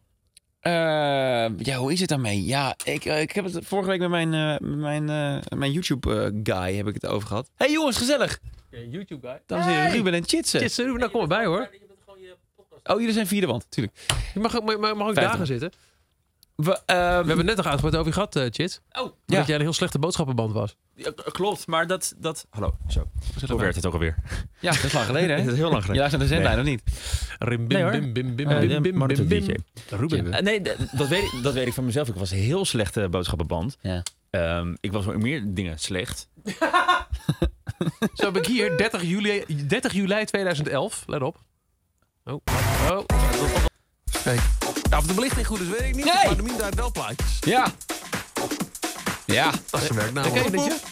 Ja, hoe is het daarmee? Ja, ik heb het vorige week met mijn YouTube-guy heb ik het over gehad. Hey jongens, gezellig! YouTube-guy? Dames en heren, Ruben en Chitsen. Ruben, nou kom erbij hoor. Oh, jullie zijn vierde wand, tuurlijk. Je mag ook daar gaan zitten. We hebben net nog uitgebreid over je gehad, Chits. Oh, dat jij een heel slechte boodschappenband was. Ja, klopt, maar dat... Hallo, zo. Hoe werkt het ook alweer? Ja, dat is lang geleden, hè? Dat is heel lang geleden. Ja, zijn de zendlijn of niet? Ruben. Nee, dat weet ik van mezelf. Ik was een heel slechte boodschappenband. Ja. Ik was meer dingen slecht. Zo heb ik hier 30 juli 2011. Let op. Oh. Kijk. Ja, of de belichting goed is, weet ik niet. Nee. Maar de Mien draait wel plaatjes. Ja. Dat is zijn werk nou.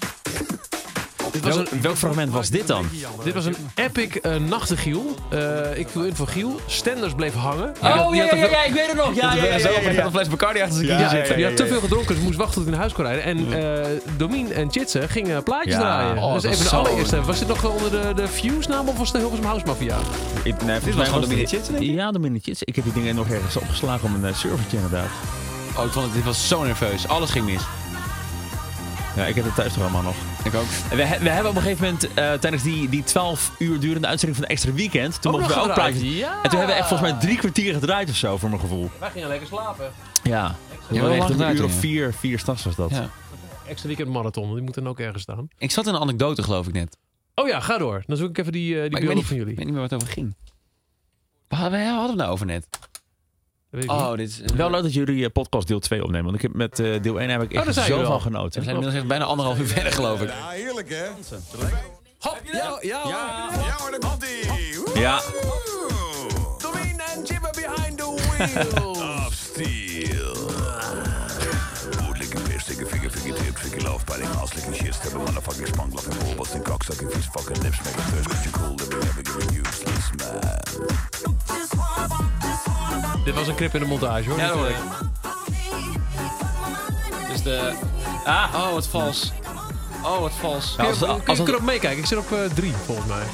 Welk fragment was dit dan? Dit was een epic nachtegiel. Ik viel in voor Giel. Stenders bleef hangen. Ja, ik weet het nog. Ja. Een fles Bacardi achter zijn kiezen. Die had te veel gedronken, dus moest wachten tot hij naar huis kon rijden. En Domien en Chitsen gingen plaatjes draaien. Oh, dat is even de allereerste. Was dit nog onder de Fuse naam of was het de Hilversum House Mafia? Nee, volgens mij was Domien en Chitsen. Ja, Domien en Chitsen. Ik heb die dingen nog ergens opgeslagen om een servertje inderdaad. Oh, ik vond het, dit was zo nerveus. Alles ging mis. Ja, ik heb het thuis toch allemaal nog. Ik ook. We hebben op een gegeven moment tijdens die 12 uur durende uitzending van de Extra Weekend, toen mochten we ook plaatjes. Ja. En toen hebben we echt volgens mij 3 kwartier gedraaid of zo, voor mijn gevoel. Wij gingen lekker slapen. Ja. Echt een uur of 4 s'nachts was dat. Ja. Extra Weekend marathon, die moet dan ook ergens staan. Ik zat in een anekdote, geloof ik net. Oh ja, ga door. Dan zoek ik even die beelden van jullie. Ik weet niet meer wat het over ging. Waar hadden we het nou over net? Dit is wel leuk dat jullie podcast deel 2 opnemen. Want ik heb met deel 1 heb ik echt zo van genoten. We zijn inmiddels echt bijna 1,5 uur verder, geloof ik. Ja, heerlijk hè? Hop, ja hoor, daar komt ie. Ja. Domien en Jibber behind the wheel. Of steel. Lekker vis, dikke figure, trip, figure laufpeiling, aslicking shit, steppen, motherfucking spunk, laughing ball, busting cock, sucking fish, fucking lips, making thirst, cause you cool, living, never giving useless man. Dit was een krip in de montage hoor. Ja, dat hoor ik. Dus de... Oh, wat vals. Oh, wat vals. Kun je erop meekijken? Ik zit op 3 volgens mij.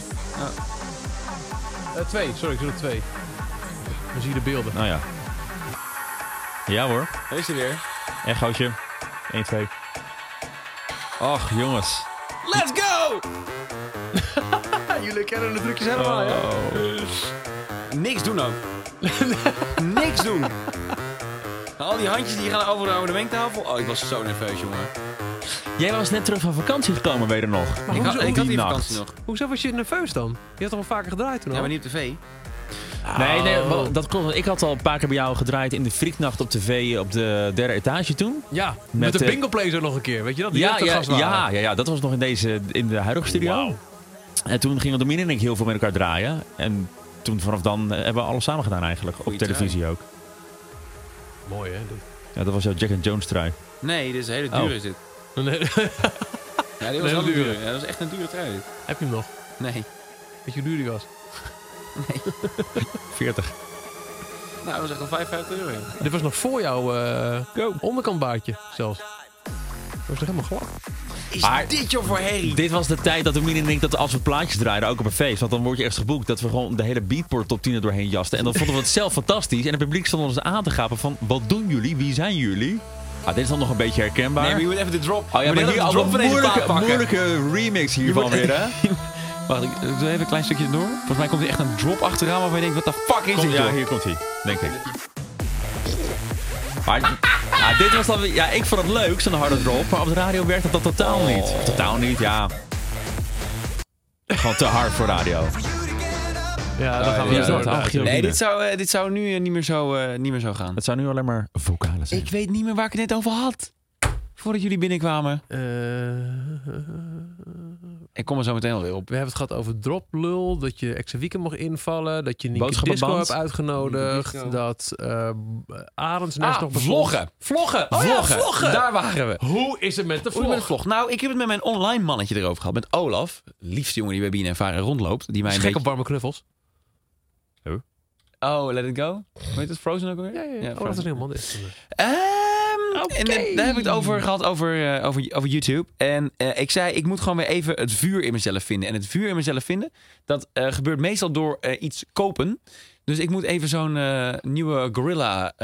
2, sorry, ik zit op 2. Dan zie je de beelden. Nou ja. Ja hoor. Daar is hij weer. En gootje. 1, 2. Och, jongens. Let's go! Jullie kennen de trucjes helemaal, ja? Niks doen ook. Niks doen. Al die handjes die gaan over de mengtafel. Oh, ik was zo nerveus, jongen. Jij was net terug van vakantie gekomen, weet je nog? Maar ik had die vakantie nog. Hoezo was je nerveus dan? Je had toch al vaker gedraaid toen al? Ja, maar niet op tv. Nee, dat klopt. Ik had al een paar keer bij jou gedraaid in de Frieknacht op tv op de 3e etage toen. Ja, met de Bingo Play zo nog een keer. Weet je dat? Ja, dat was nog in de huidige studio. Wow. En toen gingen Domien en ik heel veel met elkaar draaien. En toen vanaf dan hebben we alles samen gedaan eigenlijk. Op televisie ook. Mooi hè? Ja, dat was jouw Jack and Jones trui. Nee, dit is een hele dure is dit. Nee. Ja, dit was wel duur. Ja, dat was echt een dure trui. Dit. Heb je hem nog? Nee. Weet je hoe duur die was? Nee. 40. Nou, dat was echt al 55 euro. Dit was nog voor jouw onderkantbaardje zelfs. Dat was toch helemaal glad? is dit joh voor herrie? Dit was de tijd dat Domien en ik dat als we plaatjes draaiden, ook op een feest, want dan word je echt geboekt, dat we gewoon de hele Beatport top 10 er doorheen jasten. En dan vonden we het zelf fantastisch. En het publiek stond ons aan te gapen van, wat doen jullie? Wie zijn jullie? Dit is dan nog een beetje herkenbaar. Nee, maar je moet even de drop. Oh ja, maar hier al een moeilijke remix hiervan weer, hè? Wacht, ik doe even een klein stukje door. Volgens mij komt er echt een drop achteraan waarvan je denkt, wat de fuck is dit? Ja, hier komt hij, denk ik. Maar dit was dan weer... Ja, ik vond het leuk, zo'n harde drop. Maar op de radio werkt dat totaal niet. Totaal niet, ja. Gewoon te hard voor radio. Ja, dan gaan we door. Nee, dit zou nu niet meer zo gaan. Het zou nu alleen maar vocalen zijn. Ik weet niet meer waar ik het net over had. Voordat jullie binnenkwamen. Ik kom er zo meteen alweer op. We hebben het gehad over droplul. Dat je extra weekend mocht invallen. Dat je Nienke Disco hebt uitgenodigd. Dat Arends net nog vloggen. Vloggen. Oh ja, vloggen. Daar waren we. Hoe is het met de vlog? Nou, ik heb het met mijn online mannetje erover gehad. Met Olaf. Liefste jongen die bij BNNVARA rondloopt. Die mij gek op warme knuffels. Oh, Let It Go. Weet het Frozen ook alweer? Ja. Dat is helemaal En daar heb ik het over gehad over YouTube. En ik zei, ik moet gewoon weer even het vuur in mezelf vinden. En het vuur in mezelf vinden, dat gebeurt meestal door iets kopen. Dus ik moet even zo'n nieuwe Gorilla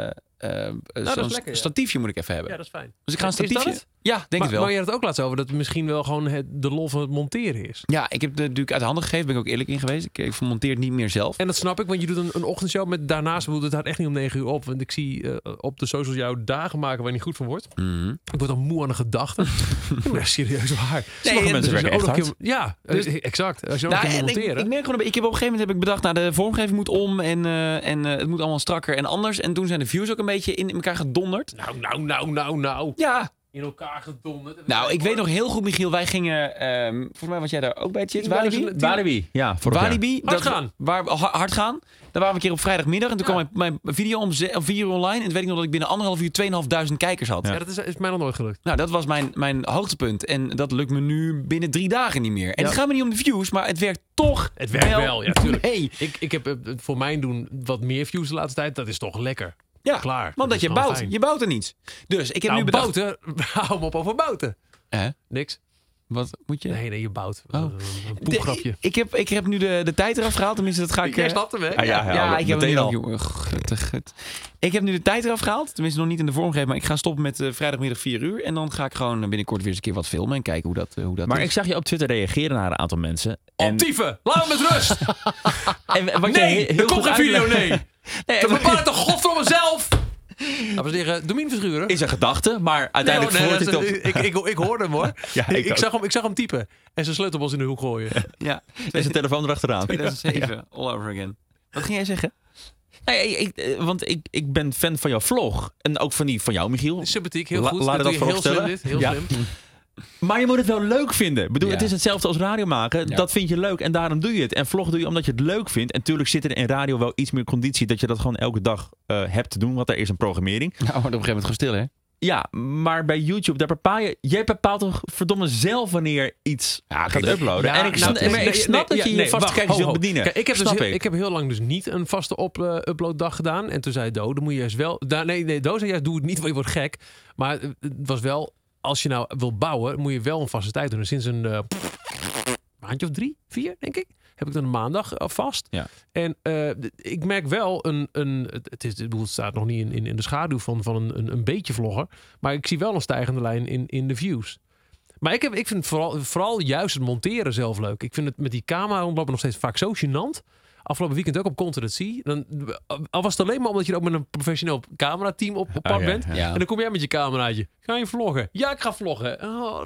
statiefje moet ik even hebben. Ja, dat is fijn. Dus ik ga een statiefje. Ja, denk het wel. Maar je had het ook laatst over dat het misschien wel gewoon de lol van het monteren is. Ja, ik heb het natuurlijk uit de handen gegeven. Ben ik ook eerlijk in geweest. Ik monteer het niet meer zelf. En dat snap ik, want je doet een ochtendshow met daarnaast. Het houdt echt niet om 9 uur op. Want ik zie op de socials jouw dagen maken waar je niet goed van wordt. Mm-hmm. Ik word dan moe aan de gedachte. Ja, serieus waar. Sommige mensen werken echt hard. Ja, dus, exact. Als je ook kan monteren. Ik merk gewoon, ik heb op een gegeven moment bedacht, de vormgeving moet om en het moet allemaal strakker en anders. En toen zijn de views ook een beetje in elkaar gedonderd. Nou. Ja. In elkaar gedonderd. Nou, ik weet nog heel goed, Michiel. Wij gingen, volgens mij was jij daar ook bij, Chits. Walibi. Ja, Walibi. Hard gaan. Hard gaan. Daar waren we een keer op vrijdagmiddag. En toen kwam mijn video om 4 uur online. En toen weet ik nog dat ik binnen 1,5 uur 2.500 kijkers had. Ja, dat is mij nog nooit gelukt. Nou, dat was mijn hoogtepunt. En dat lukt me nu binnen 3 dagen niet meer. En het gaat me niet om de views, maar het werkt toch. Het werkt wel, ja, tuurlijk. Hey. Ik heb voor mijn doen wat meer views de laatste tijd. Dat is toch lekker. Ja, klaar. Want dat je bouwt. Fijn. Je bouwt er niets. Dus ik heb nu bedacht... Bouten, hou me op over bouten. Niks. Wat moet je? Nee, je bouwt. Een poepgrapje. Ik heb nu de tijd eraf gehaald. Tenminste, dat ga ik... Jij snapt hem, hè? Ja, ik heb hem al. Ik heb nu de tijd eraf gehaald. Tenminste, nog niet in de vormgeving. Maar ik ga stoppen met vrijdagmiddag 4 uur. En dan ga ik gewoon binnenkort weer eens een keer wat filmen. En kijken hoe dat maar is. Ik zag je op Twitter reageren naar een aantal mensen. Optieven! Laat me met rust! Er komt geen video, nee! Dat bepaal ik toch god voor mezelf! Laten we zeggen, Domien Verschuren. Is een gedachte, maar uiteindelijk ik hoorde hem hoor. Ja, ik zag hem typen. En zijn sleutelbos in de hoek gooien. Ja. En zijn telefoon erachteraan. 2007, all over again. Wat ging jij zeggen? Nee, want ik ben fan van jouw vlog. En ook van jou, Michiel. Sympathiek, heel goed. Laat dat voorop stellen. Heel slim. Maar je moet het wel leuk vinden. Ik bedoel, het is hetzelfde als radio maken. Ja. Dat vind je leuk en daarom doe je het. En vlog doe je omdat je het leuk vindt. En natuurlijk zit er in radio wel iets meer conditie dat je dat gewoon elke dag hebt te doen. Want er is een programmering. Nou, wordt op een gegeven moment gewoon stil, hè? Ja, maar bij YouTube, daar bepaal je... Jij bepaalt toch verdomme zelf wanneer iets gaat uploaden. Ja, en ik snap dat je je vaste kijkers wilt bedienen. Kijk, ik heb heel lang dus niet een vaste uploaddag gedaan. En toen zei Do, dan moet je juist wel... Nee, Do zei juist, doe het niet, want je wordt gek. Maar het was wel... Als je nou wil bouwen, moet je wel een vaste tijd doen. En sinds een maandje of 3, 4, denk ik, heb ik dan een maandag vast. Ja. En ik merk wel het staat nog niet in de schaduw van een beetje vlogger. Maar ik zie wel een stijgende lijn in de views. Maar ik vind vooral juist het monteren zelf leuk. Ik vind het met die camera rondlopen nog steeds vaak zo gênant. Afgelopen weekend ook op Content zie. Al was het alleen maar omdat je ook met een professioneel camerateam op pad bent. Ja. En dan kom jij met je cameraatje. Ga je vloggen? Ja, ik ga vloggen.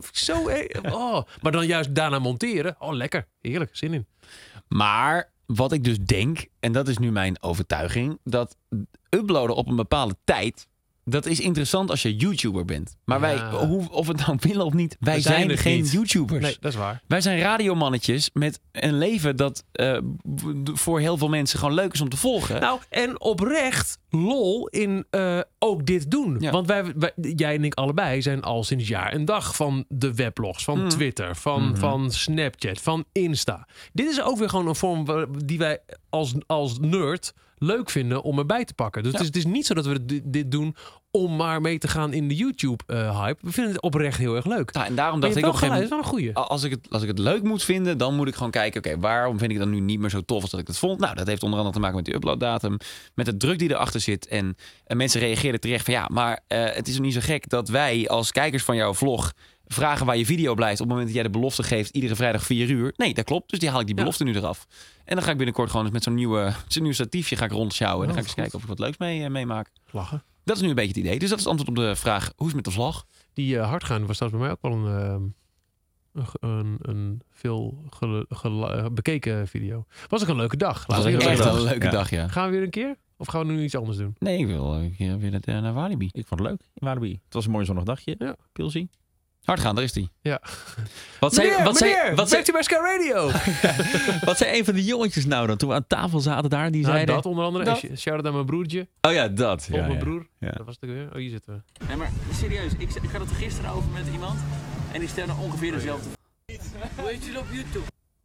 Maar dan juist daarna monteren. Oh, lekker. Heerlijk. Zin in. Maar wat ik dus denk, en dat is nu mijn overtuiging, dat uploaden op een bepaalde tijd, dat is interessant als je YouTuber bent. Maar wij, of het nou willen of niet, wij zijn geen YouTubers. Nee, dat is waar. Wij zijn radiomannetjes met een leven dat voor heel veel mensen gewoon leuk is om te volgen. Nou, en oprecht lol in ook dit doen. Ja. Want jij en ik allebei zijn al sinds jaar en dag van de weblogs, van Twitter, van Snapchat, van Insta. Dit is ook weer gewoon een vorm die wij als nerd leuk vinden om erbij te pakken. Dus het is niet zo dat we dit doen om maar mee te gaan in de YouTube-hype. We vinden het oprecht heel erg leuk. En daarom dacht ik op een gegeven moment, dat is wel een goeie. Als ik het leuk moet vinden, dan moet ik gewoon kijken, oké, waarom vind ik het dan nu niet meer zo tof als dat ik het vond? Nou, dat heeft onder andere te maken met die uploaddatum, met de druk die erachter zit. En mensen reageerden terecht van maar het is nog niet zo gek dat wij als kijkers van jouw vlog vragen waar je video blijft op het moment dat jij de belofte geeft iedere vrijdag 4 uur. Nee, dat klopt. Dus die haal ik die belofte nu eraf. En dan ga ik binnenkort gewoon eens met zo'n nieuw statiefje ga ik rondsjouwen. En dan ga ik eens kijken of ik wat leuks meemaak. Lachen. Dat is nu een beetje het idee. Dus dat is het antwoord op de vraag, hoe is het met de vlog? Die hardgaan was trouwens bij mij ook wel een veel bekeken video. Was ook een leuke dag. Dat was echt een leuke dag, ja. Gaan we weer een keer? Of gaan we nu iets anders doen? Nee, ik wil weer naar Walibi. Ik vond het leuk in Walibi. Het was een mooi zonnig dagje. Ja. Pilsie. Hard gaan, daar is die. Ja. Wat zei Sky Radio? Wat zei een van die jongetjes nou dan? Toen we aan tafel zaten daar, die zeiden... Dat onder andere. Shout-out aan mijn broertje. Oh ja, dat. Of mijn broer. Ja. Dat was het weer. Oh, hier zitten we. Nee, maar serieus. Ik had het gisteren over met iemand. En die stelde ongeveer dezelfde. Hoe heet je op YouTube?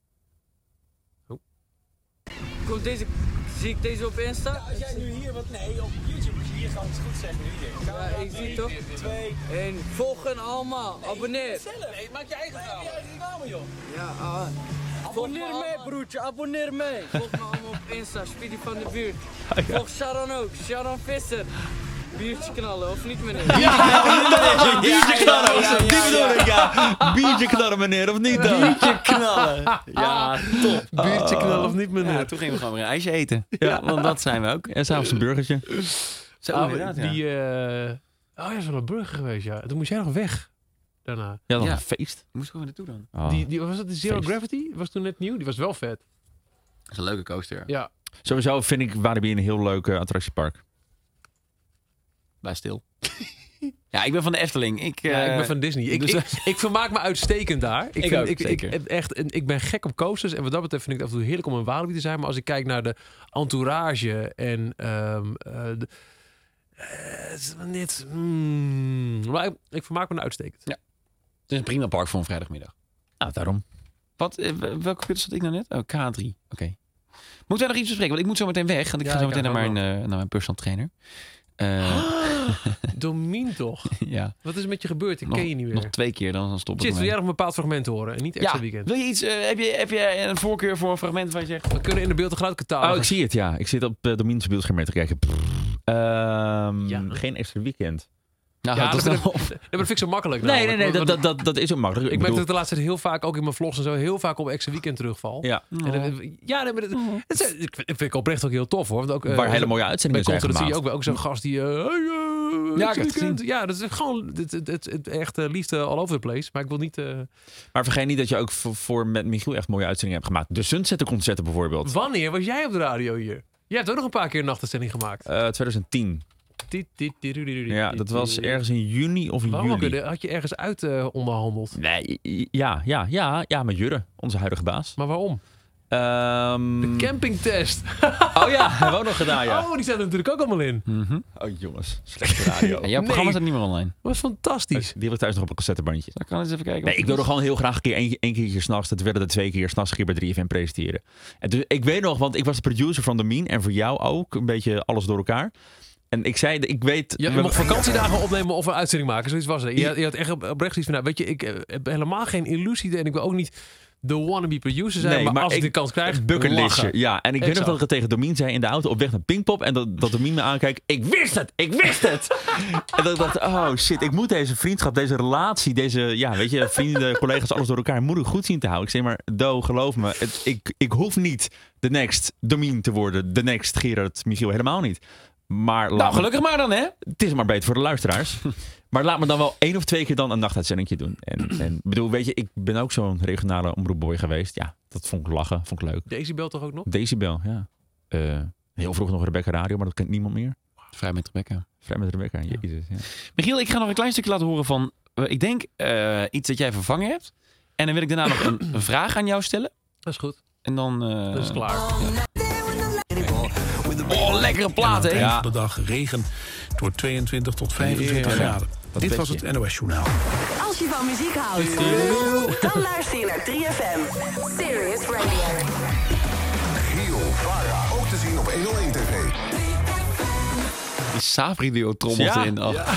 Komt deze... Zie ik deze op Insta? Ja, als jij nu hier wat... Nee, op YouTube moet je hier gewoon eens goed zeggen. Hier. Ja, ik zie toch? 2. En volgen allemaal. Abonneer. Nee, maak je eigen naam. Maak je eigen naam, joh. Ja, abonneer mee, broertje. Abonneer mee. Volg me allemaal op Insta. Speedy van de buurt. Volg Sharon ook. Sharon Visser. Biertje knallen, of niet, meneer? Biertje knallen. Die bedoel ik, ja. Biertje knallen, meneer, of niet dan? Biertje knallen. Ja, top. Biertje knallen of niet, meneer? Ja, toen gingen we gewoon weer een ijsje eten. Ja, want dat zijn we ook. En s'avonds een burgertje. Zo, inderdaad, ja. Oh ja, is wel een burger geweest, ja. Toen moest jij nog weg. Daarna. Ja, dan een feest. Moest gewoon naartoe dan. Was dat de Zero Gravity? Was toen net nieuw? Die was wel vet. Dat is een leuke coaster. Ja. Sowieso vind ik Walibi een heel leuk attractiepark. Blijf stil. Ja, ik ben van de Efteling. Ik ben van Disney. Ik vermaak me uitstekend daar. Ik ben gek op coasters. En wat dat betreft vind ik het af en toe heerlijk om een Walibi te zijn. Maar als ik kijk naar de entourage en... maar ik vermaak me uitstekend. Ja. Het is een prima park voor een vrijdagmiddag. Nou, daarom. Welke computer zat ik nou net? Oh, K3. Oké. Moeten wij nog iets bespreken? Want ik moet zo meteen weg. Want ik ga zo meteen naar mijn personal trainer. Domien toch? Ja. Wat is er met je gebeurd? Ik ken je niet meer. Nog 2 keer, dan stop ik. Shit, wil jij nog een bepaald fragment horen? En niet extra weekend. Wil je iets? Heb jij een voorkeur voor een fragment waar je zegt? We kunnen in de beeld- en geluidcatalogus. Oh, ik zie het, ja. Ik zit op Domien's beeldscherm mee te kijken. Geen extra weekend. Nou, dat vind ik zo makkelijk. Nee, dat is ook makkelijk. Ik merk dat ik de laatste tijd heel vaak, ook in mijn vlogs en zo, heel vaak op extra weekend terugval. Ja. Dat vind ik oprecht ook heel tof, hoor. Want ook, waar hele mooie uitzendingen zijn gemaakt. zie je ook zo'n gast die... dat is gewoon het echt liefde all over the place. Maar ik wil niet... Maar vergeet niet dat je ook voor met Michiel echt mooie uitzendingen hebt gemaakt. De Sunsetter-concerten bijvoorbeeld. Wanneer was jij op de radio hier? Jij hebt ook nog een paar keer een nachtuitzending gemaakt. 2010. Ja, dat was ergens in juni of juli. Had je ergens uit onderhandeld? Nee, ja, met Jurre, onze huidige baas. Maar waarom? De campingtest. Oh ja, hebben we ook nog gedaan, ja. Oh, die staan er natuurlijk ook allemaal in. Oh jongens, slechte radio. En jouw programma staat niet meer online. Dat was fantastisch. Die heb ik thuis nog op een cassettebandje. Dan kan ik eens even kijken. Nee, ik wilde gewoon heel graag één keer 's nachts. Dat werden er 2 keer 's nachts hier bij 3FM presenteren. En dus, ik weet nog, want ik was de producer van Domien. En voor jou ook, een beetje alles door elkaar. En ik zei, ik weet... Je mocht vakantiedagen opnemen of een uitzending maken. Zoiets was het. Je had echt oprecht iets van, nou, weet je, ik heb helemaal geen illusie. En ik wil ook niet de wannabe producer zijn. Maar als ik de kans krijg, bucketlistje. Ja, en ik weet nog dat ik het tegen Domien zei in de auto op weg naar Pinkpop. En dat Domien me aankijkt. Ik wist het! En dat ik dacht, oh shit, ik moet deze vriendschap, deze relatie, deze, vrienden, collega's, alles door elkaar, moet ik goed zien te houden. Ik zeg maar, geloof me, ik hoef niet de next Domien te worden. De next Gerard Michiel, helemaal niet. Maar gelukkig maar dan, hè? Het is maar beter voor de luisteraars. Maar laat me dan wel 1 of 2 keer dan een nachtuitzendingje doen. En bedoel, weet je, ik ben ook zo'n regionale omroepboy geweest. Ja, dat vond ik lachen, vond ik leuk. Decibel toch ook nog? Decibel, ja. Heel vroeg nog Rebecca Radio, maar dat kent niemand meer. Vrij met Rebecca, ja. Jezus, ja. Michiel, ik ga nog een klein stukje laten horen van, ik denk, iets dat jij vervangen hebt. En dan wil ik daarna nog een vraag aan jou stellen. Dat is goed. En dan... dat is klaar. Ja. Oh, lekkere plaat, hè? Ja. De dag regen. Het wordt 22 tot 25 graden. Dit was het NOS Journaal. Als je van muziek houdt, dan luister je naar 3FM. Serious Radio. Giel, Vara, ook te zien op 101 TV. Die Savrio-trommels erin. Oh. Ja.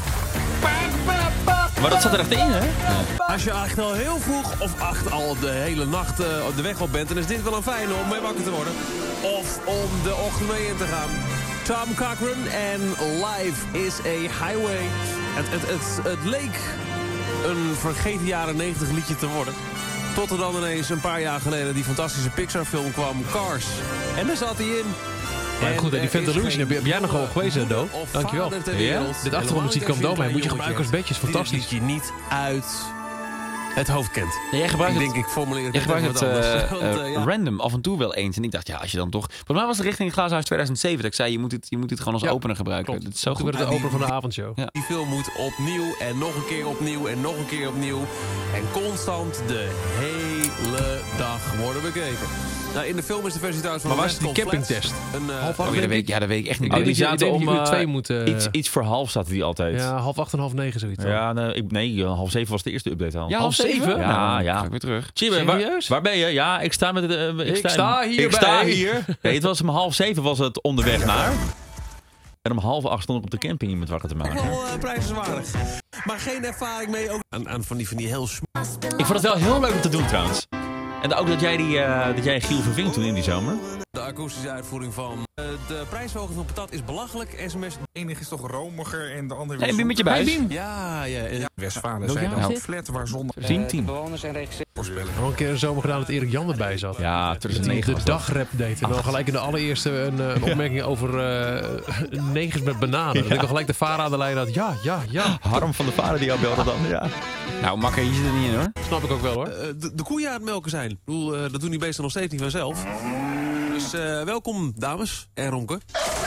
Maar dat zat er echt in, hè? Ja. Als je echt al heel vroeg of al de hele nacht op de weg op bent... dan is dit wel een fijne om mee wakker te worden. Of om de ochtend mee in te gaan. Tom Cochrane en Life is a Highway. Het leek een vergeten jaren 90 liedje te worden. Tot er dan ineens een paar jaar geleden die fantastische Pixar-film kwam, Cars. En daar zat hij in. Maar goed, die Ventillusion heb jij nogal geweest, Do? Dankjewel. Ja? Dit achtergrondmuziek kan Do mee. Moet je gebruiken als bedjes. Fantastisch. Die je niet uit het hoofd kent. Ja, jij gebruikt het, denk ik formuleer het jij gebruikt het ja. random af en toe wel eens. En ik dacht, ja, als je dan toch... Volgens mij was het richting Glazenhuis 2007 dat ik zei, je moet dit gewoon als opener gebruiken. Klopt. Dat is zo Toen goed. werd het de opener van de avondshow. Ja. Die film moet opnieuw en nog een keer opnieuw en nog een keer opnieuw. En constant de hele dag worden bekeken. Nou, in de film is de versie trouwens van... Maar waar is die campingtest? Dat weet ik echt niet. Die zaten om moeten... iets voor half zaten die altijd. Ja, 8:30 en 8:30 zoiets. Ja, nee, 6:30 was de eerste update al. Ja, 6:30? Ja. Ga ik weer terug. Serieus? Waar ben je? Ja, ik sta met het... Ik sta hier. Nee, het was om 6:30 was het onderweg naar. En om 7:30 stond ik op de camping iemand wakker te maken. Wel prijzenswaardig. Maar geen ervaring mee ook aan van die heel... Ik vond het wel heel leuk om te doen trouwens. En ook dat jij Giel verving toen in die zomer. De akoestische uitvoering van de prijsverhoging van patat is belachelijk. SMS. De ene is toch romiger en de andere... Hey, met je buis. Ja. Westfalen zijn nou flat waar zon... 10. Bewoners en regisseurs... Nog een keer een zomer gedaan dat Erik Jan erbij zat. Ja, 2009 de dagrap deed. En dan gelijk in de allereerste een opmerking over negers met bananen. Dat ik al gelijk de Vara aan de lijn had. Ja. Harm van de vader die jou belde dan. Ja. Nou, makker, hier zit er niet in hoor. Snap ik ook wel hoor. De koeien aan het melken zijn. Ik bedoel, dat doen die beesten nog steeds niet vanzelf. Dus welkom dames en ronken.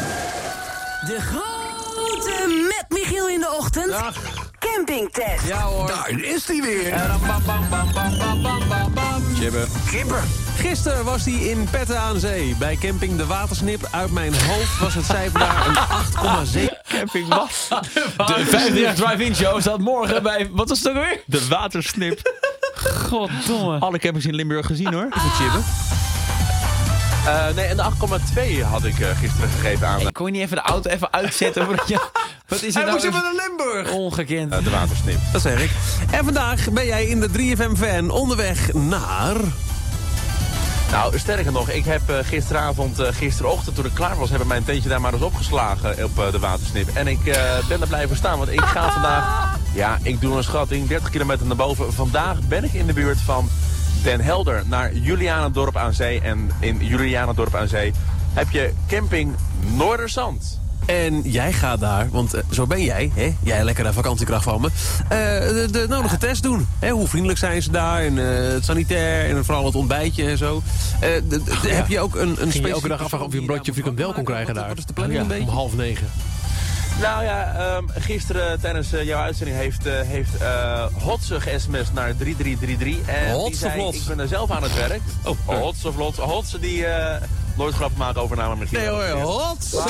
De grote met Michiel in de ochtend. Ja. Campingtest. Ja hoor. Daar is hij weer. Kipper. Gisteren was hij in Petten aan Zee. Bij camping De Watersnip. Uit mijn hoofd was het cijfer daar een 8,7. Camping was. De 5 drive-in show staat morgen bij... Wat was het ook weer? De Watersnip. Goddomme. Alle campings in Limburg gezien hoor. Nee, en de 8,2 had ik gisteren gegeven aan. Kon je niet even de auto uitzetten? Wat is het Hij nou? moest even naar Limburg. Ongekend. De Watersnip. Dat zeg ik. En vandaag ben jij in de 3FM-van onderweg naar... Nou, sterker nog, ik heb gisterochtend toen ik klaar was, heb ik mijn tentje daar maar eens opgeslagen op de Watersnip. En ik ben er blijven staan, want ik ga vandaag, ja, ik doe een schatting, 30 kilometer naar boven. Vandaag ben ik in de buurt van Den Helder naar Julianendorp aan Zee. En in Julianendorp aan Zee heb je camping Noorderzand. En jij gaat daar, want zo ben jij, hè? Jij lekkere vakantiekracht van me, de nodige test doen. Hè? Hoe vriendelijk zijn ze daar, en het sanitair, en vooral het ontbijtje en zo. Heb je ook een Ging je elke dag afvragen of je een broodje frikandel kon krijgen daar? Wat is de planning een beetje? Om 8:30. Nou ja, gisteren tijdens jouw uitzending heeft Hotse ge-sms'd naar 3333. En die zei, ik ben er zelf aan het werk. Hotse die nooit grappen maken over namen met Nee hoor, Hotse.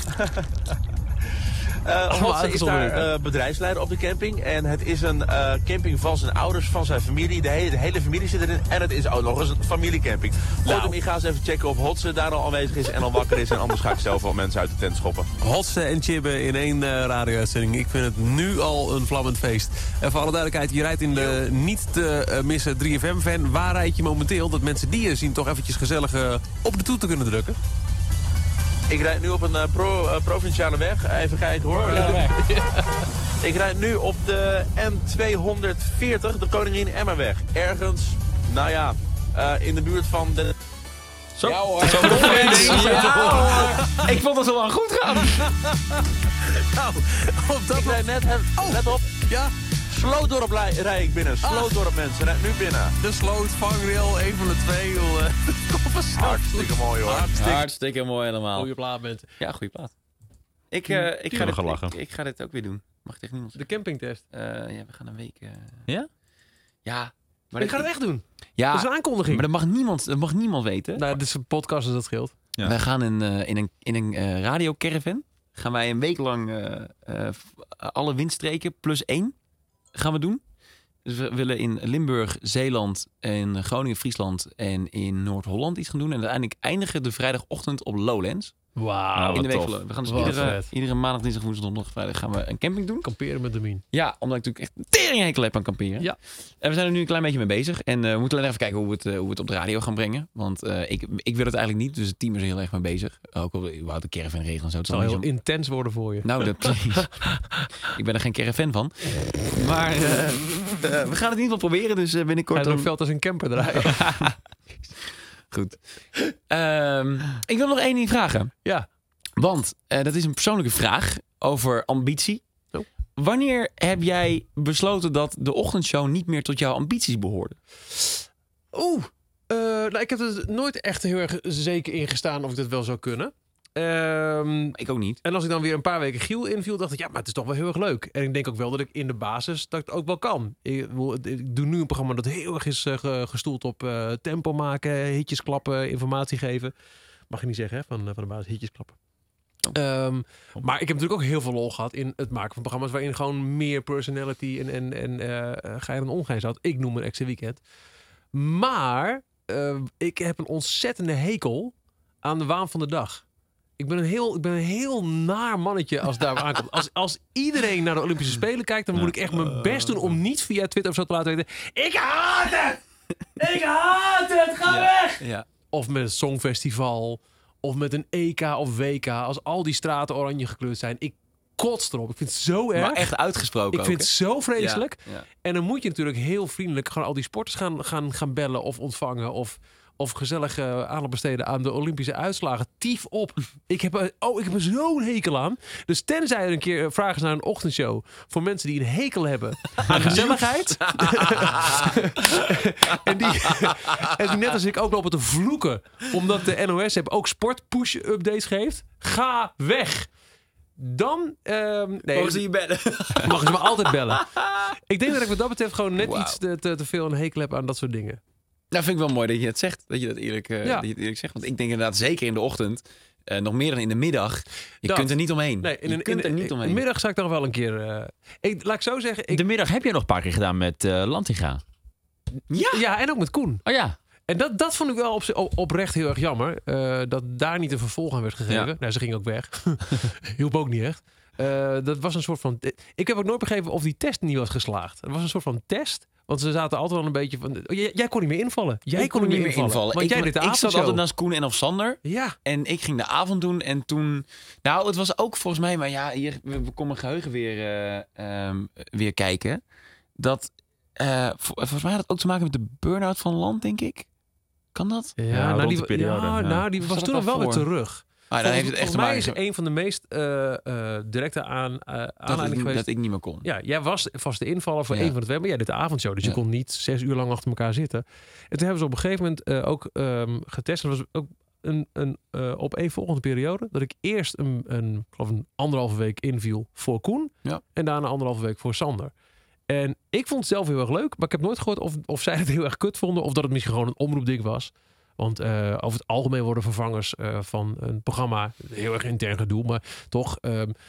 Hotse is daar bedrijfsleider op de camping. En het is een camping van zijn ouders, van zijn familie. De hele familie zit erin. En het is ook nog eens een familiecamping. Kortom, ik ga eens even checken of Hotse daar al aanwezig is en al wakker is. En anders ga ik zelf wel mensen uit de tent schoppen. Hotse en Chibbe in één radio-uitzending. Ik vind het nu al een vlammend feest. En voor alle duidelijkheid, je rijdt in de niet te missen 3FM-van. Waar rijd je momenteel? Dat mensen die je zien toch eventjes gezellig op de toeter kunnen drukken. Ik rijd nu op een provinciale weg. Even kijken hoor. Ik rijd nu op de N240, de Koningin Emmerweg. Ergens, nou ja, in de buurt van de... Zo. Ja hoor. Zo ik vond het zo lang goed gaan. Nou, op dat ik rijd net, let op. Ja. Slootdorp rijd ik binnen. Slootdorp mensen, rijd nu binnen. De sloot, vangrail, een van de twee. Hartstikke mooi hoor. Hartstikke mooi helemaal. Goeie plaat bent. Ja, goede plaat. Ik ga dit ook weer doen. Mag tegen niemand zeggen. De campingtest. Ja, we gaan een week... Ja? Ja. Maar ik ga het echt doen. Ja, dat is een aankondiging. Maar dat mag niemand weten. Nou, dit is een podcast, dus dat scheelt. Ja. Wij gaan in een radiocaravan. Gaan wij een week lang alle windstreken +1 gaan we doen. Dus we willen in Limburg, Zeeland, in Groningen, Friesland en in Noord-Holland iets gaan doen. En uiteindelijk eindigen de vrijdagochtend op Lowlands. Wauw, in de week. tof. We gaan dus iedere maandag, dinsdag, woensdag, donderdag, vrijdag gaan we een camping doen. Kamperen met Domien. Ja, omdat ik natuurlijk echt een teringhekel heb aan kamperen. Ja. En we zijn er nu een klein beetje mee bezig. En we moeten alleen even kijken hoe we het op de radio gaan brengen. Want ik wil het eigenlijk niet. Dus het team is er heel erg mee bezig. Ook al überhaupt de caravan regelen en zo. Het zal heel intens worden voor je. Nou, ik ben er geen caravan van. Maar we gaan het in ieder geval proberen. Dus binnenkort... Hij veld als een camper draaien. Goed. Ik wil nog één ding vragen. Ja. Want dat is een persoonlijke vraag over ambitie. Oh. Wanneer heb jij besloten dat de ochtendshow niet meer tot jouw ambities behoorde? Nou, ik heb er nooit echt heel erg zeker in gestaan of ik dat wel zou kunnen. Ik ook niet. En als ik dan weer een paar weken Giel inviel, dacht ik, ja, maar het is toch wel heel erg leuk. En ik denk ook wel dat ik in de basis dat ik het ook wel kan. Ik doe nu een programma dat heel erg is gestoeld op tempo maken, hitjes klappen, informatie geven. Mag je niet zeggen, hè, van de basis, hitjes klappen. Maar ik heb natuurlijk ook heel veel lol gehad in het maken van programma's waarin gewoon meer personality en gein en ongein zat. Ik noem een extra weekend. Maar ik heb een ontzettende hekel aan de waan van de dag. Ik ben een heel naar mannetje als het daar aankomt. Als iedereen naar de Olympische Spelen kijkt, dan moet ik echt mijn best doen om niet via Twitter of zo te laten weten: ik haat het! Ik haat het! Ga weg! Ja. Of met het Songfestival. Of met een EK of WK. Als al die straten oranje gekleurd zijn. Ik kots erop. Ik vind het zo erg. Maar echt uitgesproken. Ik vind het zo vreselijk. Ja. En dan moet je natuurlijk heel vriendelijk gewoon al die sporters gaan bellen of ontvangen. Of gezellig aandacht besteden aan de Olympische uitslagen. Tief op. Ik heb er zo'n hekel aan. Dus tenzij er een keer vragen is naar een ochtendshow voor mensen die een hekel hebben aan gezelligheid. en die net als ik ook lopen te vloeken. Omdat de NOS ook sport-push-updates geeft. Ga weg. Dan... mogen ze je bellen? Mag ze me altijd bellen. Ik denk dat ik wat dat betreft gewoon net iets te veel een hekel heb aan dat soort dingen. Nou, vind ik wel mooi dat je het zegt. Dat je dat eerlijk zegt. Want ik denk inderdaad zeker in de ochtend, nog meer dan in de middag. Je kunt er niet omheen. Nee, in de middag zou ik toch wel een keer... laat ik zo zeggen... De middag heb jij nog een paar keer gedaan met Lantinga. Ja, en ook met Koen. Oh ja. En dat vond ik wel oprecht heel erg jammer. Dat daar niet een vervolg aan werd gegeven. Ja. Nou, ze ging ook weg. Hielp ook niet echt. Dat was een soort van... Ik heb ook nooit begrepen of die test niet was geslaagd. Het was een soort van test... Want ze zaten altijd wel een beetje van... Jij kon niet meer invallen. Ik kon niet meer invallen. Want jij deed de ik zat avondshow. altijd naast Koen en of Sander. Ja. En ik ging de avond doen. En toen... Nou, het was ook volgens mij... Maar ja, hier we komen mijn geheugen weer kijken. Dat... volgens mij had het ook te maken met de burn-out van Land, denk ik. Kan dat? Ja, die was toen nog wel weer terug. Maar dan heeft het echt volgens mij is een van de meest directe aanleidingen geweest. Dat ik niet meer kon. Ja, jij was vast de invaller voor een van de twee, maar jij deed de avondshow. Dus je kon niet 6 uur lang achter elkaar zitten. En toen hebben ze op een gegeven moment ook getest. En dat was ook een opeenvolgende periode. Dat ik eerst een 1,5 week inviel voor Koen. Ja. En daarna 1,5 week voor Sander. En ik vond het zelf heel erg leuk. Maar ik heb nooit gehoord of zij het heel erg kut vonden. Of dat het misschien gewoon een omroepding was. Want over het algemeen worden vervangers van een programma heel erg intern gedoe. Maar toch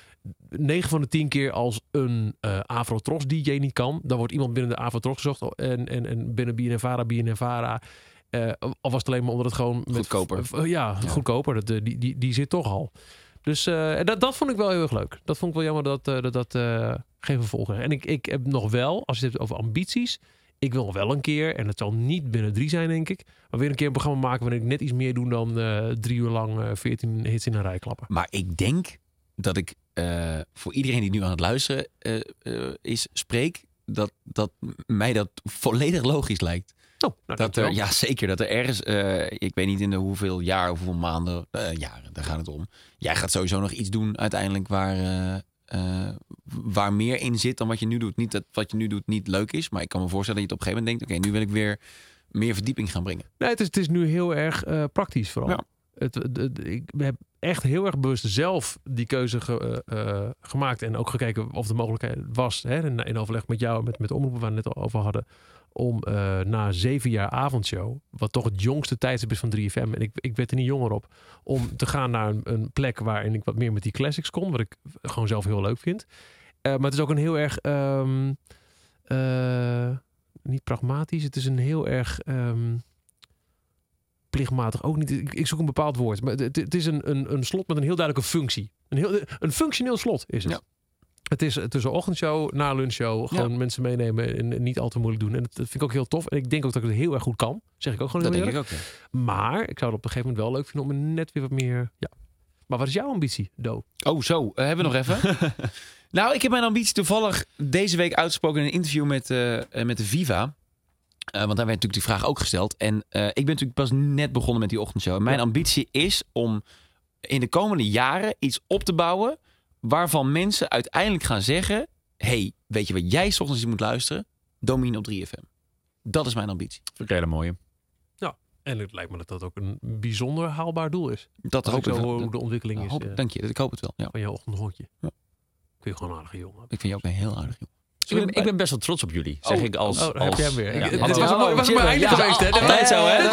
9 van de 10 keer als een Afro-Tros DJ niet kan. Dan wordt iemand binnen de Afro-Tros gezocht. En binnen BNNVARA. Of was het alleen maar omdat het gewoon... Goedkoper. Goedkoper. Die zit toch al. Dus dat vond ik wel heel erg leuk. Dat vond ik wel jammer dat geen vervolg heeft. En ik heb nog wel, als je het hebt over ambities... Ik wil wel een keer, en het zal niet binnen 3 zijn, denk ik... maar weer een keer een programma maken waarin ik net iets meer doe... dan 3 uur lang 14 hits in een rij klappen. Maar ik denk dat ik voor iedereen die nu aan het luisteren spreek... dat mij dat volledig logisch lijkt. Oh, nou, ja, zeker. Dat er ergens, ik weet niet in de hoeveel jaar of hoeveel maanden, jaren, daar gaat het om. Jij gaat sowieso nog iets doen uiteindelijk waar meer in zit dan wat je nu doet. Niet dat wat je nu doet niet leuk is, maar ik kan me voorstellen dat je het op een gegeven moment denkt, oké, nu wil ik weer meer verdieping gaan brengen. Nee, het is nu heel erg praktisch vooral. Ja. Ik heb echt heel erg bewust zelf die keuze gemaakt en ook gekeken of de mogelijkheid was, hè, in overleg met jou, met de omroepen waar we het net al over hadden, om na 7 jaar avondshow, wat toch het jongste tijdstip is van 3FM, en ik werd er niet jonger op, om te gaan naar een plek waarin ik wat meer met die classics kon, wat ik gewoon zelf heel leuk vind. Maar het is ook een heel erg niet pragmatisch. Het is een heel erg plichtmatig. Ook niet. Ik zoek een bepaald woord. Maar het is een slot met een heel duidelijke functie. Een functioneel slot is het. Ja. Het is tussen ochtendshow, na lunchshow. Gewoon mensen meenemen en niet al te moeilijk doen. En dat vind ik ook heel tof. En ik denk ook dat ik het heel erg goed kan. Zeg ik ook gewoon heel eerlijk. Ik ook, Maar ik zou het op een gegeven moment wel leuk vinden om net weer wat meer... Ja. Maar wat is jouw ambitie, Do? Oh, zo. Hebben we nog even? Nou, ik heb mijn ambitie toevallig deze week uitgesproken in een interview met de Viva. Want daar werd natuurlijk die vraag ook gesteld. En ik ben natuurlijk pas net begonnen met die ochtendshow. En mijn ambitie is om in de komende jaren iets op te bouwen waarvan mensen uiteindelijk gaan zeggen... hey, weet je wat jij 's ochtends moet luisteren? Domien op 3FM. Dat is mijn ambitie. Vind ik een hele mooie. Ja, en het lijkt me dat dat ook een bijzonder haalbaar doel is. Dat hoop ik wel. Hoe de ontwikkeling is. Dank je, ik hoop het wel. Ja. Van jouw ochtendhondje. Ja. Ik vind je gewoon een aardige jongen. Ik vind je ook een heel aardige jongen. Ik ben best wel trots op jullie, zeg ik als... heb jij hem weer. Ja. Dit was mijn einde geweest, hè? Altijd zo, hè?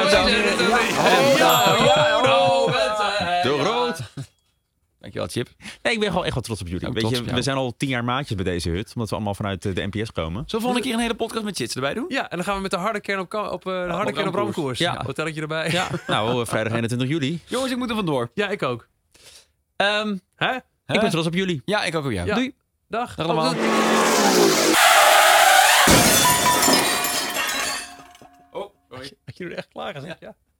De rood. Dankjewel, Chip. Nee, ik ben gewoon echt wel trots op jullie. Weet je, we zijn al 10 jaar maatjes bij deze hut, omdat we allemaal vanuit de NPS komen. Zullen we volgende keer een hele podcast met Chits erbij doen? Ja, en dan gaan we met de harde kern op ramkoers. Ja, hotelletje erbij. Ja. Nou, vrijdag 21 juli. Jongens, ik moet er vandoor. Ja, ik ook. Ik ben trots op jullie. Ja, ik ook op jou. Ja. Doei. Dag allemaal. Had je er echt klaar gezet? Ja.